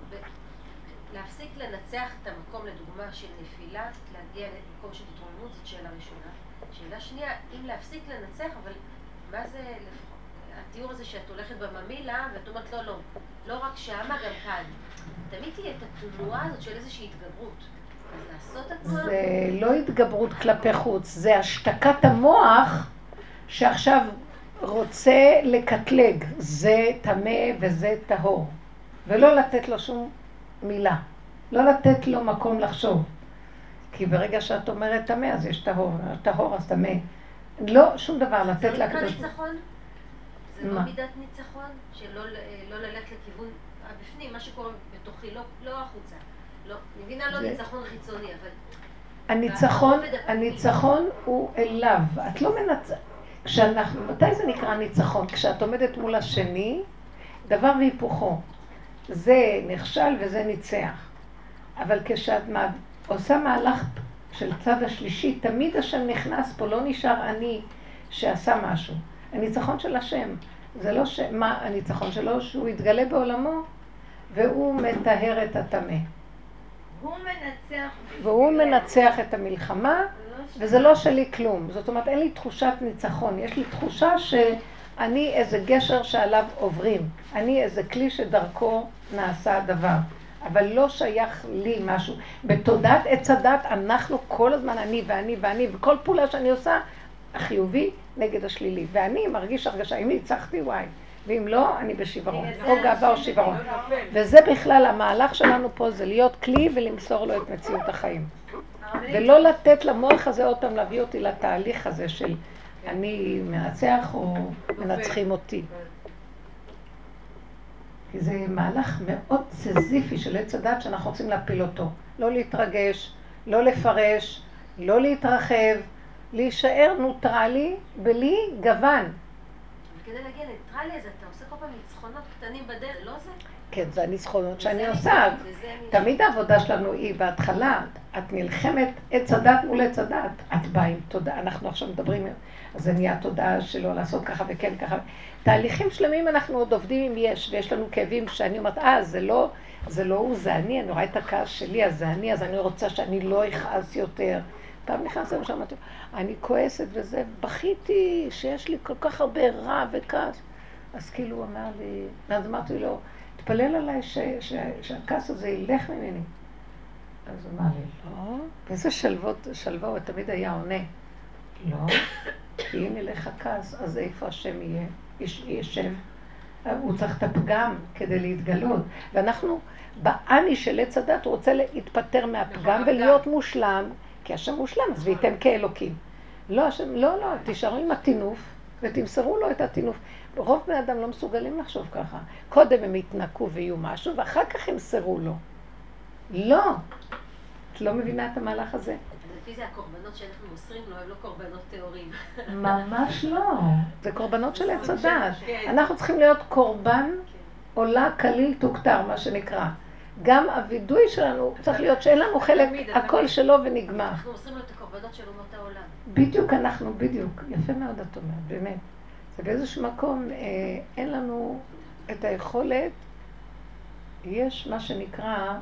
להפסיק לנצח את המקום, לדוגמה, של נפילה, להגיע למקום של התרוממות, זאת שאלה ראשונה. שאלה שנייה, אם להפסיק לנצח, אבל מה זה, התיאור הזה שאת הולכת בממילה, ואת אומרת, לא, לא, לא רק שמה, גם כאן. תמיד תהיה את התנועה הזאת של איזושהי התגברות. אז לעשות התנועה... זה לא התגברות כלפי חוץ, זה השתקת המוח שעכשיו רוצה לקטלג, זה טמא וזה טהור, ולא לתת לו שום מילה, לא לתת לו מקום לחשוב. כי ברגע שאת אומרת טמא, אז יש טהור, טהור אז טמא. לא, שום דבר, לתת לה... זה לא ניצחון? זה לא מידת ניצחון? שלא ללכת לכיוון הבפנים, מה שקורה בתוכי, לא החוצה. לא, אני מבינה לא ניצחון חיצוני, אבל... הניצחון, הניצחון הוא אליו. את לא מנצחת. כשאנחנו, מתי זה נקרא ניצחון? כשאת עומדת מול השני, דבר והיפוכו. זה נכשל וזה ניצח. אבל כשאת עושה מהלך של צד השלישי, תמיד השם נכנס פה, לא נשאר אני שעשה משהו. הניצחון של השם, זה לא ש... מה הניצחון שלו? שהוא יתגלה בעולמו, והוא מטהר את הטמא. הוא מנצח. והוא מנצח את המלחמה, וזה לא שלי כלום. זאת אומרת, אין לי תחושת ניצחון. יש לי תחושה שאני איזה גשר שעליו עוברים. אני איזה כלי שדרכו נעשה הדבר. אבל לא שייך לי משהו. בתודעת עץ הדת אנחנו כל הזמן אני ואני ואני, וכל פעולה שאני עושה, החיובי נגד השלילי. ואני מרגיש הרגשה, אם ניצחתי וואי, ואם לא, אני בשברון. או גאווה או שברון. וזה בכלל, המהלך שלנו פה זה להיות כלי ולמסור לו את מציאות החיים. ולא לתת למוח הזה עוד פעם להביא אותי לתהליך הזה של אני מנצח או מנצחים אותי. כי זה מהלך מאוד סזיפי של עץ הדת שאנחנו רוצים להפיל אותו. לא להתרגש, לא לפרש, לא להתרחב, להישאר נוטרלי בלי גוון. וכדי להגיע ניטרלי הזה, אתה עושה כל פעם ניצחונות קטנים בדרך, לא זה? כן, זה הניצחונות שאני עושה. תמיד העבודה שלנו היא בהתחלה, את נלחמת עץ הדת מול עץ הדת. את באה עם תודעה, אנחנו עכשיו מדברים, אז זה נהיה תודעה שלא לעשות ככה וכן ככה. תהליכים שלמים אנחנו עוד עובדים אם יש, ויש לנו כאבים שאני אומרת, אה, זה לא, זה לא הוא, זה אני, אני רואה את הכעס שלי, אז זה אני, אז אני רוצה שאני לא אכעס יותר. פעם נכנסתי ושמעתי, אני כועסת וזה, בכיתי שיש לי כל כך הרבה רע וכעס. אז כאילו הוא אמר לי, אז אמרתי לו, תפלל עליי ש, ש, שהכעס הזה ילך ממני. אז הוא אמר לי, לא, באיזה שלוות, שלווה הוא תמיד היה עונה. לא, כי אם ילך הכעס, אז איפה השם יהיה? יש, ישב. הוא צריך את הפגם כדי להתגלות. ואנחנו, באני של עץ הדת, הוא רוצה להתפטר מהפגם ולהיות מושלם, כי השם מושלם, אז וייתם כאלוקים. לא, השם, לא, לא, תישארו עם התינוף ותמסרו לו את התינוף. רוב בני אדם לא מסוגלים לחשוב ככה. קודם הם יתנקו ויהיו משהו, ואחר כך הם סרו לו. לא. את לא מבינה את המהלך הזה. לפי זה הקורבנות שאנחנו מוסרים לו, הם לא קורבנות טהורים. ממש לא. זה קורבנות של עץ הדת. אנחנו צריכים להיות קורבן עולה כליל תוכתר, מה שנקרא. גם הווידוי שלנו צריך להיות שאין לנו חלק, הכל שלו ונגמר. אנחנו מוסרים לו את הקורבנות של אומות העולם. בדיוק אנחנו, בדיוק. יפה מאוד את אומרת, באמת. זה באיזשהו מקום, אה, אין לנו את היכולת, יש מה שנקרא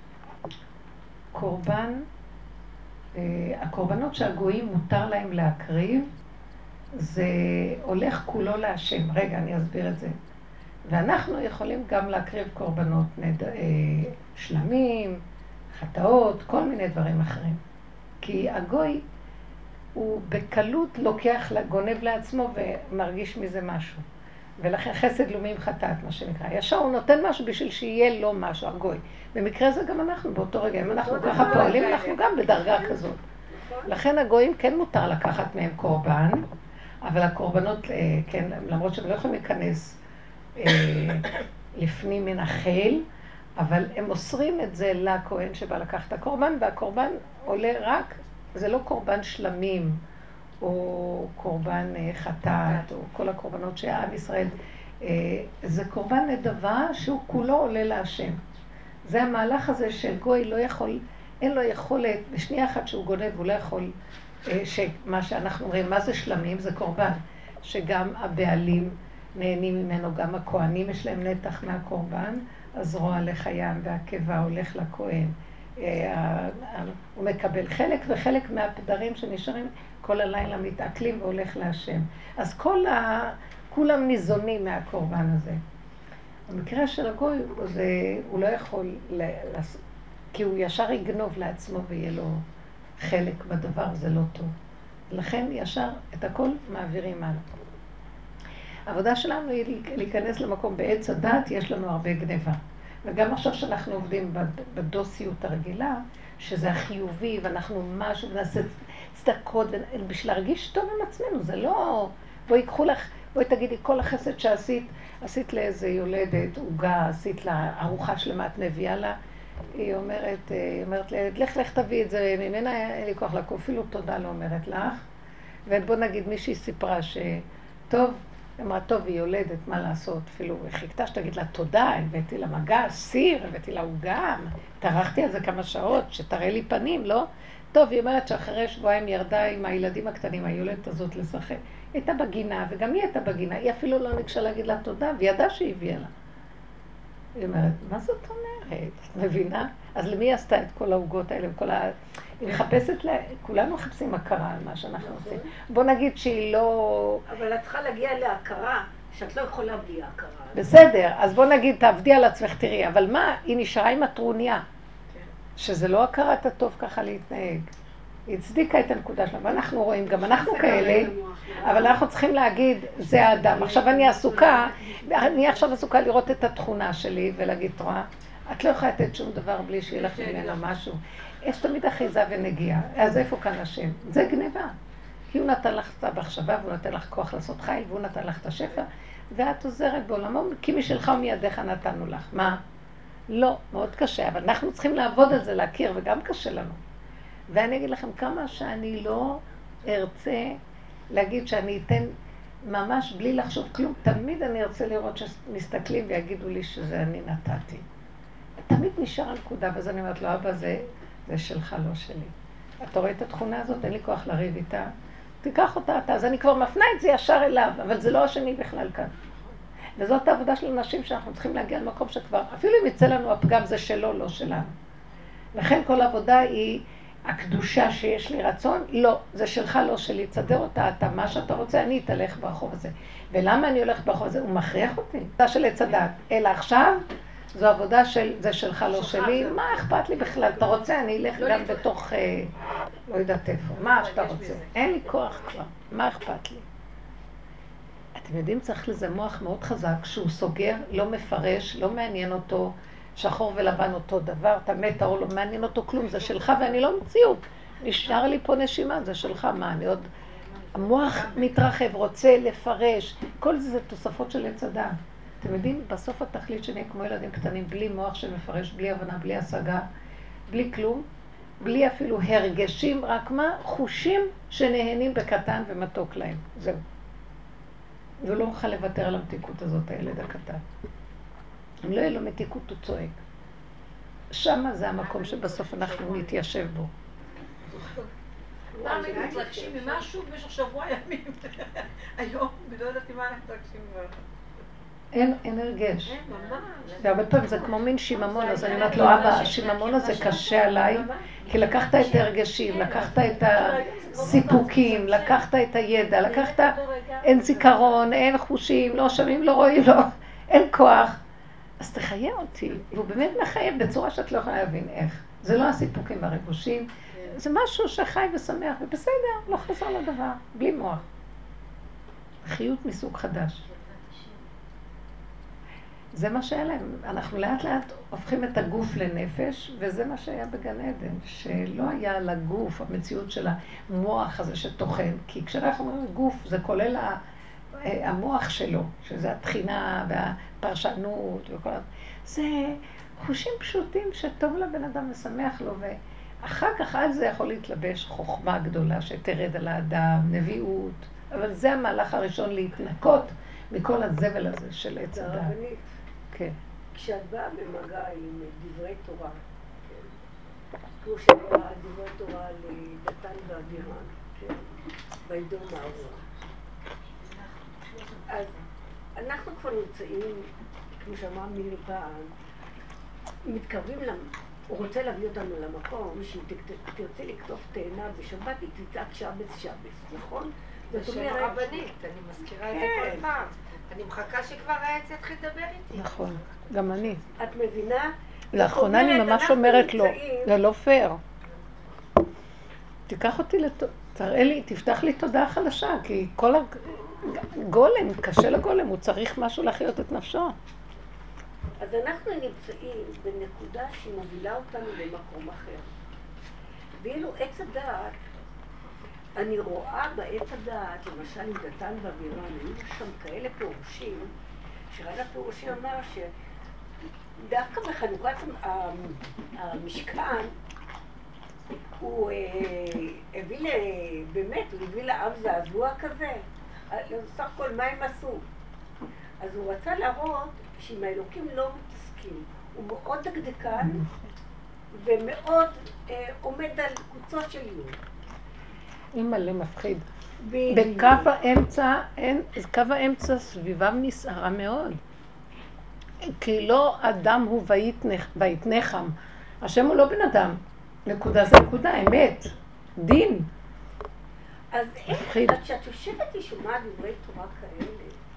קורבן, אה, הקורבנות שהגויים מותר להם להקריב, זה הולך כולו להשם. רגע, אני אסביר את זה. ואנחנו יכולים גם להקריב קורבנות נד... אה, שלמים, חטאות, כל מיני דברים אחרים. כי הגוי הוא בקלות לוקח, גונב לעצמו ומרגיש מזה משהו. ולכן חסד לאומי חטאת, מה שנקרא. ישר הוא נותן משהו בשביל שיהיה לו משהו, הגוי. במקרה זה גם אנחנו באותו רגע, אם אנחנו ככה פועלים, אנחנו גם בדרגה כזאת. לכן הגויים כן מותר לקחת מהם קורבן, אבל הקורבנות, כן, למרות שהם לא יכולים להיכנס לפנים מן החיל, אבל הם מוסרים את זה לכהן שבא לקחת את הקורבן, והקורבן עולה רק, זה לא קורבן שלמים, או קורבן חטאת, או כל הקורבנות שהעם ישראל, זה קורבן נדבה שהוא כולו עולה להשם. זה המהלך הזה של גוי לא יכול, אין לו יכולת, בשנייה אחת שהוא גונב הוא לא יכול שמה שאנחנו אומרים, מה זה שלמים? זה קורבן, שגם הבעלים נהנים ממנו, גם הכהנים יש להם נתח מהקורבן, הזרוע לחיים והקיבה הולך לכהן. הוא מקבל חלק, וחלק מהפדרים שנשארים כל הלילה מתעכלים והולך להשם. אז כל ה... כולם ניזונים מהקורבן הזה. במקרה של הגוי, זה... הוא לא יכול, לס... כי הוא ישר יגנוב לעצמו ויהיה לו חלק בדבר, זה לא טוב. לכן ישר את הכל מעבירים הלאה. העבודה שלנו היא להיכנס למקום בעץ הדת, יש לנו הרבה גניבה. וגם עכשיו שאנחנו עובדים בדוסיות הרגילה, שזה החיובי, ואנחנו משהו, ונעשה צדקות, בשביל להרגיש טוב עם עצמנו, זה לא... בואי ייקחו לך, בואי תגידי, כל החסד שעשית, עשית לאיזה יולדת, עוגה, עשית לה ארוחה שלמה, את מביאה לה, היא אומרת, היא אומרת לילד, לך לך תביא את זה, ממנה אין לי כוח לקום, אפילו תודה לא אומרת לך. ובוא נגיד, מישהי סיפרה שטוב, היא אמרה, טוב, היא יולדת, מה לעשות? אפילו היא חיכתה שתגיד לה תודה, הבאתי לה מגע, סיר, הבאתי לה עוגה, טרחתי על זה כמה שעות, שתראה לי פנים, לא? טוב, היא אומרת שאחרי שבועיים ירדה עם הילדים הקטנים, היולדת הזאת לשחק. היא הייתה בגינה, וגם היא הייתה בגינה, היא אפילו לא ניגשה להגיד לה תודה, והיא ידעה שהיא הביאה לה. היא אומרת, מה זאת אומרת? את מבינה? אז למי היא עשתה את כל העוגות האלה וכל ה... היא מחפשת לה... כולנו מחפשים הכרה על מה שאנחנו עושים. בוא נגיד שהיא לא... אבל את צריכה להגיע להכרה, שאת לא יכולה בלי ההכרה. בסדר, אז בוא נגיד, תעבדי על עצמך, תראי, אבל מה? היא נשארה עם הטרוניה. שזה לא הכרת הטוב ככה להתנהג. היא הצדיקה את הנקודה שלה, ואנחנו רואים, גם אנחנו כאלה, אבל אנחנו צריכים להגיד, זה האדם. עכשיו אני עסוקה, אני עכשיו עסוקה לראות את התכונה שלי ולהגיד, תרואה, את לא יכולה לתת שום דבר בלי שיהיה לך ממנה משהו. יש תמיד אחיזה ונגיעה, אז איפה כאן השם? זה גניבה. כי הוא נתן לך את המחשבה, והוא נתן לך כוח לעשות חיל, והוא נתן לך את השפע, ואת עוזרת בעולמו, כי משלך ומידיך נתנו לך. מה? לא, מאוד קשה, אבל אנחנו צריכים לעבוד על זה, להכיר, וגם קשה לנו. ואני אגיד לכם כמה שאני לא ארצה להגיד שאני אתן ממש בלי לחשוב כלום, תמיד אני ארצה לראות שמסתכלים ויגידו לי שזה אני נתתי. תמיד נשאר הנקודה, ואז אני אומרת לו, אבא, זה, זה שלך, לא שלי. אתה רואה את התכונה הזאת, אין לי כוח לריב איתה, תיקח אותה אתה, אז אני כבר מפנה את זה ישר אליו, אבל זה לא השני בכלל כאן. וזאת העבודה של אנשים שאנחנו צריכים להגיע למקום שכבר, אפילו אם יצא לנו הפגם, זה שלו, לא שלנו. לכן כל העבודה היא הקדושה שיש לי רצון, לא, זה שלך, לא שלי, תסדר אותה, אתה מה שאתה רוצה, אני אתהלך ברחוב הזה. ולמה אני הולך ברחוב הזה? הוא מכריח אותי. זה של עץ הדת. אלא עכשיו, זו עבודה של, זה שלך, לא שלי, מה אכפת לי בכלל? אתה רוצה, אני אלך גם בתוך, לא יודעת איפה, מה שאתה רוצה. אין לי כוח כבר, מה אכפת לי? אתם יודעים, צריך לזה מוח מאוד חזק, שהוא סוגר, לא מפרש, לא מעניין אותו, שחור ולבן אותו דבר, אתה מת או לא מעניין אותו כלום, זה שלך ואני לא מציאות. נשאר לי פה נשימה, זה שלך, מה, אני עוד... המוח מתרחב, רוצה לפרש, כל זה זה תוספות של עץ אדם. אתם יודעים, בסוף התכלית שנהיה כמו ילדים קטנים, בלי מוח שמפרש, בלי הבנה, בלי השגה, בלי כלום, בלי אפילו הרגשים, רק מה? חושים שנהנים בקטן ומתוק להם. זהו. ולא אוכל לוותר על המתיקות הזאת, הילד הקטן. אם לא יהיה לו מתיקות, הוא צועק. שמה זה המקום שבסוף אנחנו נתיישב בו. פעם היינו מתרגשים ממשהו במשך שבוע ימים. היום, לא יודעת מה אנחנו מתרגשים כבר. אין, אין הרגש. אין, ממש. והרבה פעמים זה כמו מין שיממון, אז אני אומרת לו, אבא, השיממון הזה קשה עליי, כי לקחת את ההרגשים, לקחת את הסיפוקים, לקחת את הידע, לקחת, אין זיכרון, אין חושים, לא שומעים, לא רואים, לא, אין כוח. אז תחיה אותי, והוא באמת מחייב בצורה שאת לא יכולה להבין איך. זה לא הסיפוקים והרגושים, זה משהו שחי ושמח, ובסדר, לא חזר לדבר, בלי מוח. חיות מסוג חדש. זה מה שהיה להם. אנחנו לאט לאט הופכים את הגוף לנפש, וזה מה שהיה בגן עדן, שלא היה לגוף, המציאות של המוח הזה שתוכן, כי כשאנחנו אומרים גוף, זה כולל המוח שלו, שזה התחינה והפרשנות וכל זה. זה חושים פשוטים שטוב לבן אדם ושמח לו, ואחר כך על זה יכול להתלבש חוכמה גדולה שתרד על האדם, נביאות, אבל זה המהלך הראשון להתנקות מכל הזבל הזה של עץ אדם. הרבנית, כן. כשאת באה במגע עם דברי תורה, כמו שבאה דברי תורה לדתן ואבירם, כן, בידום הארוך. אז אנחנו כבר נמצאים, כמו שאמרה מירי פעם, מתקרבים, הוא רוצה להביא אותנו למקום, שאם תרצי לקטוף תאנה בשבת, היא תצעק שבס שבס, נכון? זה שם הרבנית, אני מזכירה את זה כל פעם. אני מחכה שכבר העץ יתחיל לדבר איתי. נכון, גם אני. את מבינה? לאחרונה אני ממש אומרת לו, זה לא פייר. תיקח אותי, תראה לי, תפתח לי תודעה חדשה, כי כל הגולם, קשה לגולם, הוא צריך משהו להחיות את נפשו. אז אנחנו נמצאים בנקודה שמובילה אותנו למקום אחר. ואילו עץ הדעת, אני רואה בעץ הדעת, למשל עם דתן ואבירם, היו שם כאלה פירושים, שאחד הפירושים אמר שדווקא בחנוכת המשכן, הוא הביא, באמת, הוא הביא לעם זעזוע כזה. סך הכל מה הם עשו? אז הוא רצה להראות שאם האלוקים לא מתעסקים, הוא מאוד דקדקן ומאוד אה, עומד על קוצות של יום. אימא'לה מפחיד. בקו האמצע, אין, קו האמצע סביבם נסערה מאוד. כי לא אדם הוא ויתנחם. השם הוא לא בן אדם. נקודה זה נקודה, אמת. דין. אז איך, עד שאת יושבת ושומעת דברי תורה כאלה,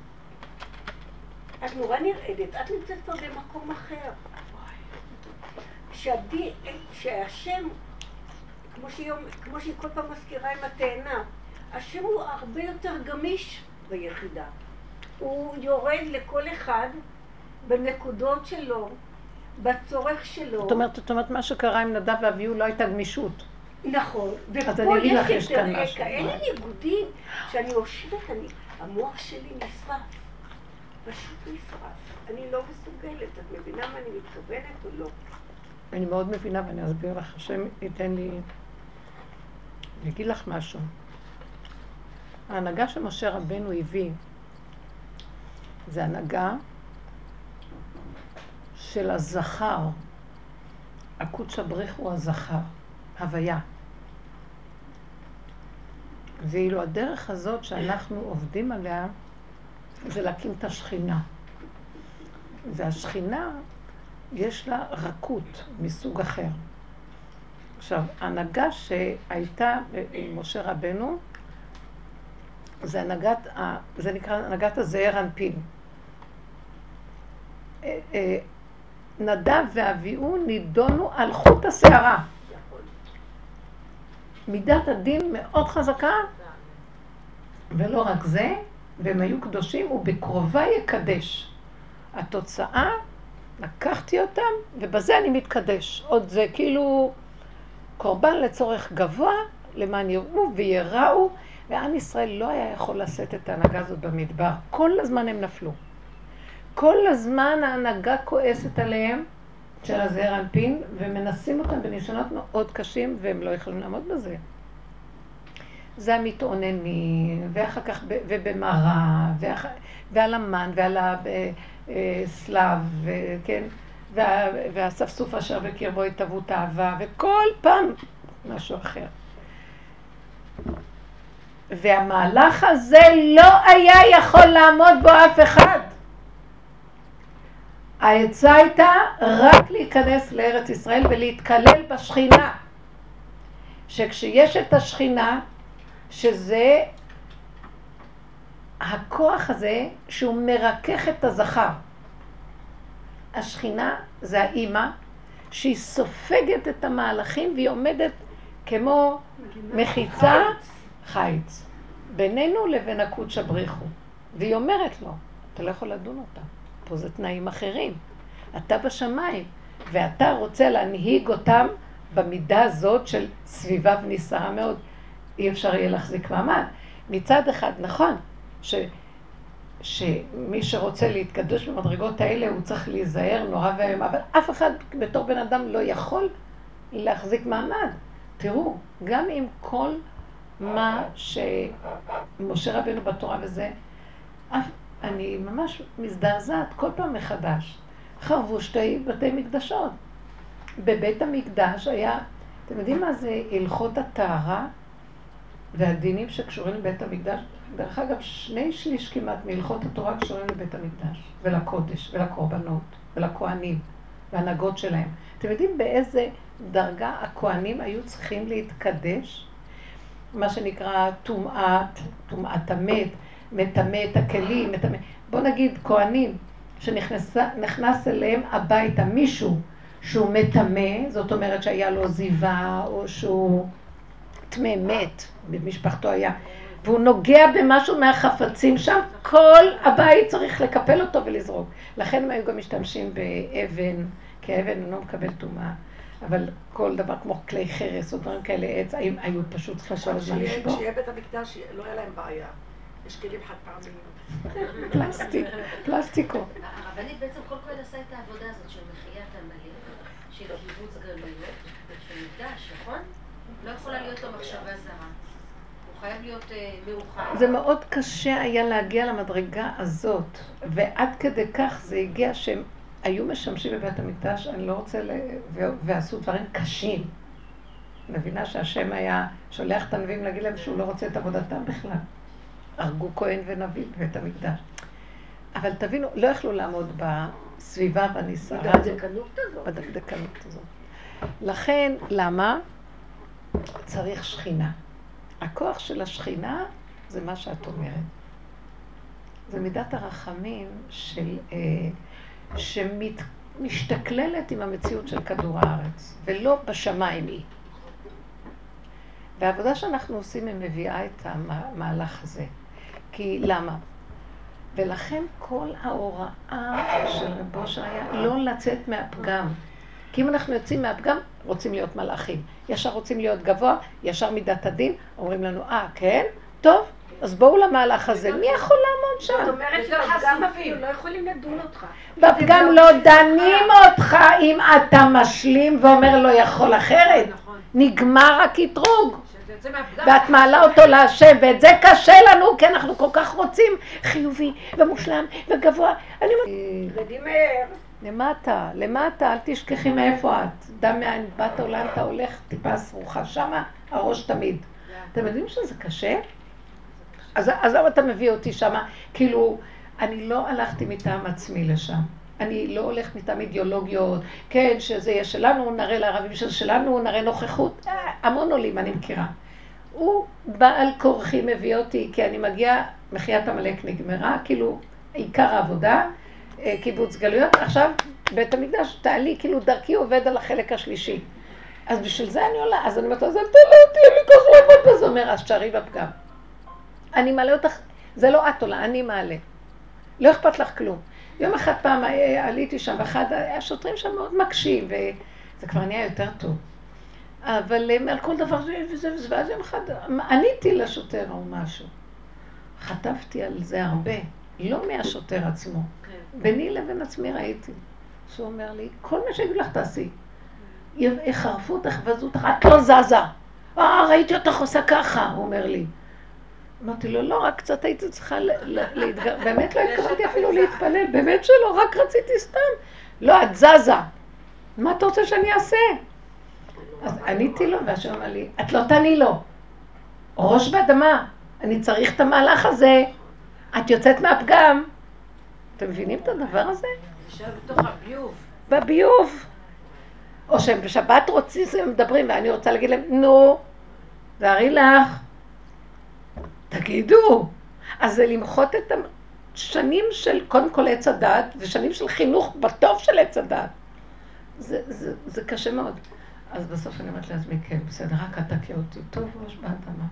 את נורא נרעדת, את נמצאת פה במקום אחר. שעדי, שהשם, כמו שהיא, כמו שהיא כל פעם מזכירה עם התאנה, השם הוא הרבה יותר גמיש ביחידה. הוא יורד לכל אחד בנקודות שלו, בצורך שלו. זאת אומרת, זאת אומרת, מה שקרה עם נדב ואביהו לא הייתה גמישות. נכון, ופה יש כאלה ניגודים שאני יושבת, המוח שלי נשרף. פשוט נשרף. אני לא מסוגלת. את מבינה מה אני מתכוונת או לא? אני מאוד מבינה ואני אסביר לך. השם ייתן לי... אני אגיד לך משהו. ההנהגה שמשה רבנו הביא, זה הנהגה של הזכר. הקודש הבריך הוא הזכר. הוויה. ואילו הדרך הזאת שאנחנו עובדים עליה, זה להקים את השכינה. והשכינה, יש לה רכות מסוג אחר. עכשיו, ההנהגה שהייתה עם משה רבנו, זה, הנהגת, זה נקרא הנהגת הזעיר אנפין. נדב ואביהו נידונו על חוט השערה. מידת הדין מאוד חזקה, ולא רק זה, והם היו קדושים, ובקרובה יקדש. התוצאה, לקחתי אותם, ובזה אני מתקדש. עוד זה כאילו קורבן לצורך גבוה, למען יראו ויראו, ועם ישראל לא היה יכול לשאת את ההנהגה הזאת במדבר. כל הזמן הם נפלו. כל הזמן ההנהגה כועסת עליהם, של הזעיר אנפין, ומנסים אותם בניסיונות מאוד קשים, והם לא יכולים לעמוד בזה. זה המתאוננים, ואחר כך, ובמראה, ועל המן, ועל הסלב, וכן, והספסוף אשר בקרבו התאוו תאווה, וכל פעם משהו אחר. והמהלך הזה לא היה יכול לעמוד בו אף אחד. העצה הייתה רק להיכנס לארץ ישראל ולהתקלל בשכינה. שכשיש את השכינה, שזה הכוח הזה שהוא מרכך את הזכר. השכינה זה האימא שהיא סופגת את המהלכים והיא עומדת כמו מחיצה חיץ. בינינו לבין הקודש הבריחו. והיא אומרת לו, אתה לא יכול לדון אותה. פה זה תנאים אחרים. אתה בשמיים, ואתה רוצה להנהיג אותם במידה הזאת של סביבה וניסרה מאוד. אי אפשר יהיה להחזיק מעמד. מצד אחד, נכון, ש, שמי שרוצה להתקדש במדרגות האלה, הוא צריך להיזהר נורא ואיום, אבל אף אחד בתור בן אדם לא יכול להחזיק מעמד. תראו, גם עם כל מה שמשה רבנו בתורה וזה, אף אני ממש מזדעזעת כל פעם מחדש. חרבו שתי בתי מקדשות. בבית המקדש היה, אתם יודעים מה זה הלכות הטהרה? והדינים שקשורים לבית המקדש, דרך אגב, שני שליש כמעט מהלכות התורה קשורים לבית המקדש, ולקודש, ולקורבנות, ולכהנים, והנהגות שלהם. אתם יודעים באיזה דרגה הכהנים היו צריכים להתקדש? מה שנקרא טומאת, טומאת המת, מטמא את הכלים, מטמא... בוא נגיד כהנים שנכנס אליהם הביתה מישהו שהוא מטמא, זאת אומרת שהיה לו זיווה או שהוא טמא מת, במשפחתו היה, והוא נוגע במשהו מהחפצים שם, כל הבית צריך לקפל אותו ולזרוק. לכן הם היו גם משתמשים באבן, כי האבן אינו מקבל טומאה. אבל כל דבר כמו כלי חרס או דברים כאלה עץ, היו פשוט צריכים כל הזמן לשבור. כשיהיה בית המקדש לא היה להם בעיה. יש כלים חד פעמיים. פלסטיק, פלסטיקו. הרבנית בעצם כל כהן עשה את העבודה הזאת של מחיית עמלק, של קיבוץ גלויות, של מקדש, נכון? לא יכולה להיות לו מחשבה זרה. הוא חייב להיות מאוחד. זה מאוד קשה היה להגיע למדרגה הזאת, ועד כדי כך זה הגיע שהם היו משמשים בבית המקדש, אני לא רוצה, ל... ועשו דברים קשים. מבינה שהשם היה שולח את הנביאים להגיד להם שהוא לא רוצה את עבודתם בכלל. הרגו כהן ונביא בבית המקדש. אבל תבינו, לא יכלו לעמוד בסביבה והניסרה הזאת. בדקדקנות הזאת. בדקדקנות הזאת. לכן, למה? צריך שכינה. הכוח של השכינה זה מה שאת אומרת. זה מידת הרחמים של... אה, שמשתכללת עם המציאות של כדור הארץ, ולא בשמיים היא. והעבודה שאנחנו עושים היא מביאה את המהלך הזה. כי למה? ולכן כל ההוראה של רבו שהיה לא לצאת מהפגם. כי אם אנחנו יוצאים מהפגם, רוצים להיות מלאכים. ישר רוצים להיות גבוה, ישר מידת הדין, אומרים לנו, אה, כן? טוב. אז בואו למהלך הזה, מי יכול לעמוד שם? זאת אומרת שבפגם אפילו לא יכולים לדון אותך. בפגם לא דנים אותך אם אתה משלים ואומר לא יכול אחרת. נגמר הקטרוג. ואת מעלה אותו להשם, ואת זה קשה לנו, כי אנחנו כל כך רוצים חיובי ומושלם וגבוה. אני אומרת, רדימר. למטה, למטה, אל תשכחי מאיפה את. דם מאין באת עולם, אתה הולך טיפה סרוחה, שמה הראש תמיד. אתם יודעים שזה קשה? אז, אז למה אתה מביא אותי שם? כאילו, אני לא הלכתי מטעם עצמי לשם. אני לא הולכת מטעם אידיאולוגיות. כן, שזה יהיה שלנו, נראה לערבים שזה שלנו, נראה נוכחות. אה, המון עולים, אני מכירה. הוא בעל כורחי מביא אותי, כי אני מגיעה, מחיית עמלק נגמרה, כאילו, עיקר העבודה, קיבוץ גלויות. עכשיו, בית המקדש, תעלי, כאילו, דרכי עובד על החלק השלישי. אז בשביל זה אני עולה. אז אני אומרת, אז אל תעלה אותי, אין לי כוח לעבוד בזה. אומר, אז שערי בפגם. אני מעלה אותך, זה לא את עולה, אני מעלה. לא אכפת לך כלום. יום אחד פעם עליתי שם, ואחד, השוטרים שם מאוד מקשים, וזה כבר נהיה יותר טוב. אבל על כל דבר זה וזה וזה, ואז יום אחד עניתי לשוטר או משהו. חטפתי על זה הרבה, לא מהשוטר עצמו. ביני לבין עצמי ראיתי. שהוא אומר לי, כל מה שיגידו לך תעשי. יחרפו אותך, יבזו אותך, את לא זזה. אה, ראיתי אותך עושה ככה, הוא אומר לי. אמרתי לו, לא, רק קצת הייתי צריכה להתגר... באמת לא התכוונתי אפילו להתפלל, באמת שלא, רק רציתי סתם. לא, את זזה. מה אתה רוצה שאני אעשה? אז עניתי לו, והשם אמר לי, את לא תעני לו. ראש באדמה, אני צריך את המהלך הזה. את יוצאת מהפגם. אתם מבינים את הדבר הזה? נשאר בתוך הביוב. בביוב. או שהם בשבת רוצים, הם מדברים, ואני רוצה להגיד להם, נו, תארי לך. תגידו, אז זה למחות את השנים של קודם כל עץ הדת, ושנים של חינוך בטוב של עץ הדת. זה, זה, זה קשה מאוד. אז בסוף אני אומרת לעצמי, כן, בסדר, רק אתה תקע אותי, טוב ראש באדמה.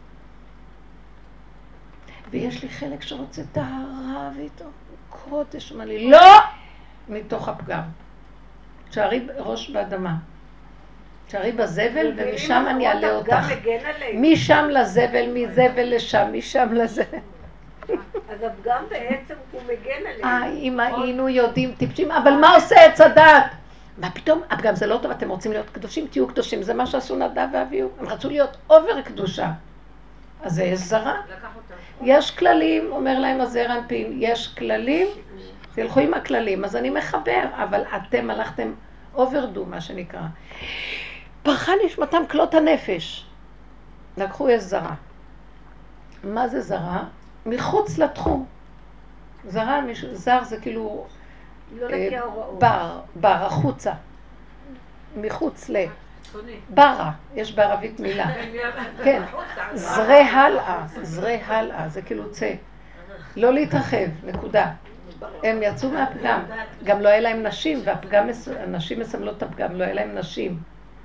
ויש לי חלק שרוצה טהרה ואיתו קודש, אומר לי, לא! מתוך הפגם. שערי ראש באדמה. שערי בזבל, ומשם אני אעלה אותך. משם לזבל, מזבל לשם, משם לזבל. אז הפגם בעצם הוא מגן עליהם. אה, אם היינו יודעים טיפשים, אבל מה עושה עץ הדת? מה פתאום? הפגם זה לא טוב, אתם רוצים להיות קדושים, תהיו קדושים. זה מה שעשו נדב ואביהו. הם רצו להיות אובר קדושה. אז זה יש זרה. יש כללים, אומר להם הזעיר אנפין, יש כללים, תלכו עם הכללים. אז אני מחבר, אבל אתם הלכתם אוברדו, מה שנקרא. פרחה נשמתם כלות הנפש. לקחו יש זרה. מה זה זרה? מחוץ לתחום. זרה, זר זה כאילו לא לפי ההוראות. בר, בר, החוצה. מחוץ ל... ברה, יש בערבית מילה. כן, זרה הלאה, זרה הלאה, זה כאילו צא. לא להתרחב, נקודה. הם יצאו מהפגם. גם לא היה להם נשים, והנשים מסמלות את הפגם, לא היה להם נשים.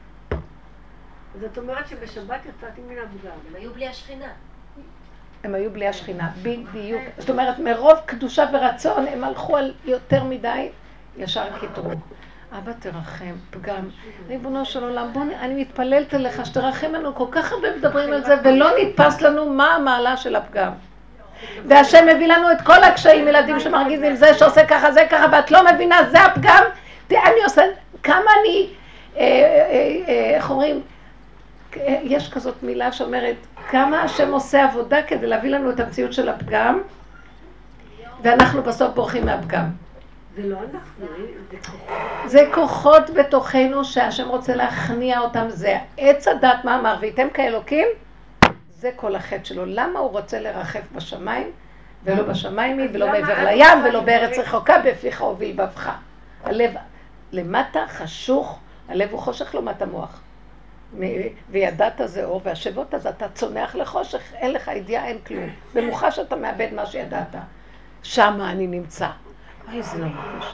זאת אומרת שבשבת יצאתי מן הפגם. הם היו בלי השכינה. הם היו בלי השכינה, בדיוק. זאת אומרת, מרוב קדושה ורצון, הם הלכו על יותר מדי, ישר קטרוג. אבא תרחם, פגם. ריבונו של עולם, בוא, אני מתפללת אליך שתרחם לנו, כל כך הרבה מדברים על זה, ולא נתפס לנו מה המעלה של הפגם. והשם מביא לנו את כל הקשיים, ילדים שמרגיזים זה שעושה ככה, זה ככה, ואת לא מבינה, זה הפגם. תראה, אני עושה, כמה אני, איך אומרים, יש כזאת מילה שאומרת, כמה השם עושה עבודה כדי להביא לנו את המציאות של הפגם, ואנחנו בסוף בורחים מהפגם. זה לא אנחנו, זה כוחות. זה כוחות בתוכנו שהשם רוצה להכניע אותם, זה עץ הדת מה אמר, וייתם כאלוקים, זה כל החטא שלו. למה הוא רוצה לרחף בשמיים, ולא בשמיים היא, ולא בעבר לים, ולא בארץ רחוקה, בפיך ובלבבך. הלב למטה חשוך, הלב הוא חושך לעומת המוח. וידעת זה אור, והשבות אז אתה צונח לחושך, אין לך ידיעה, אין כלום. במוחש אתה מאבד מה שידעת. שמה אני נמצא. אוי, זה לא קשה.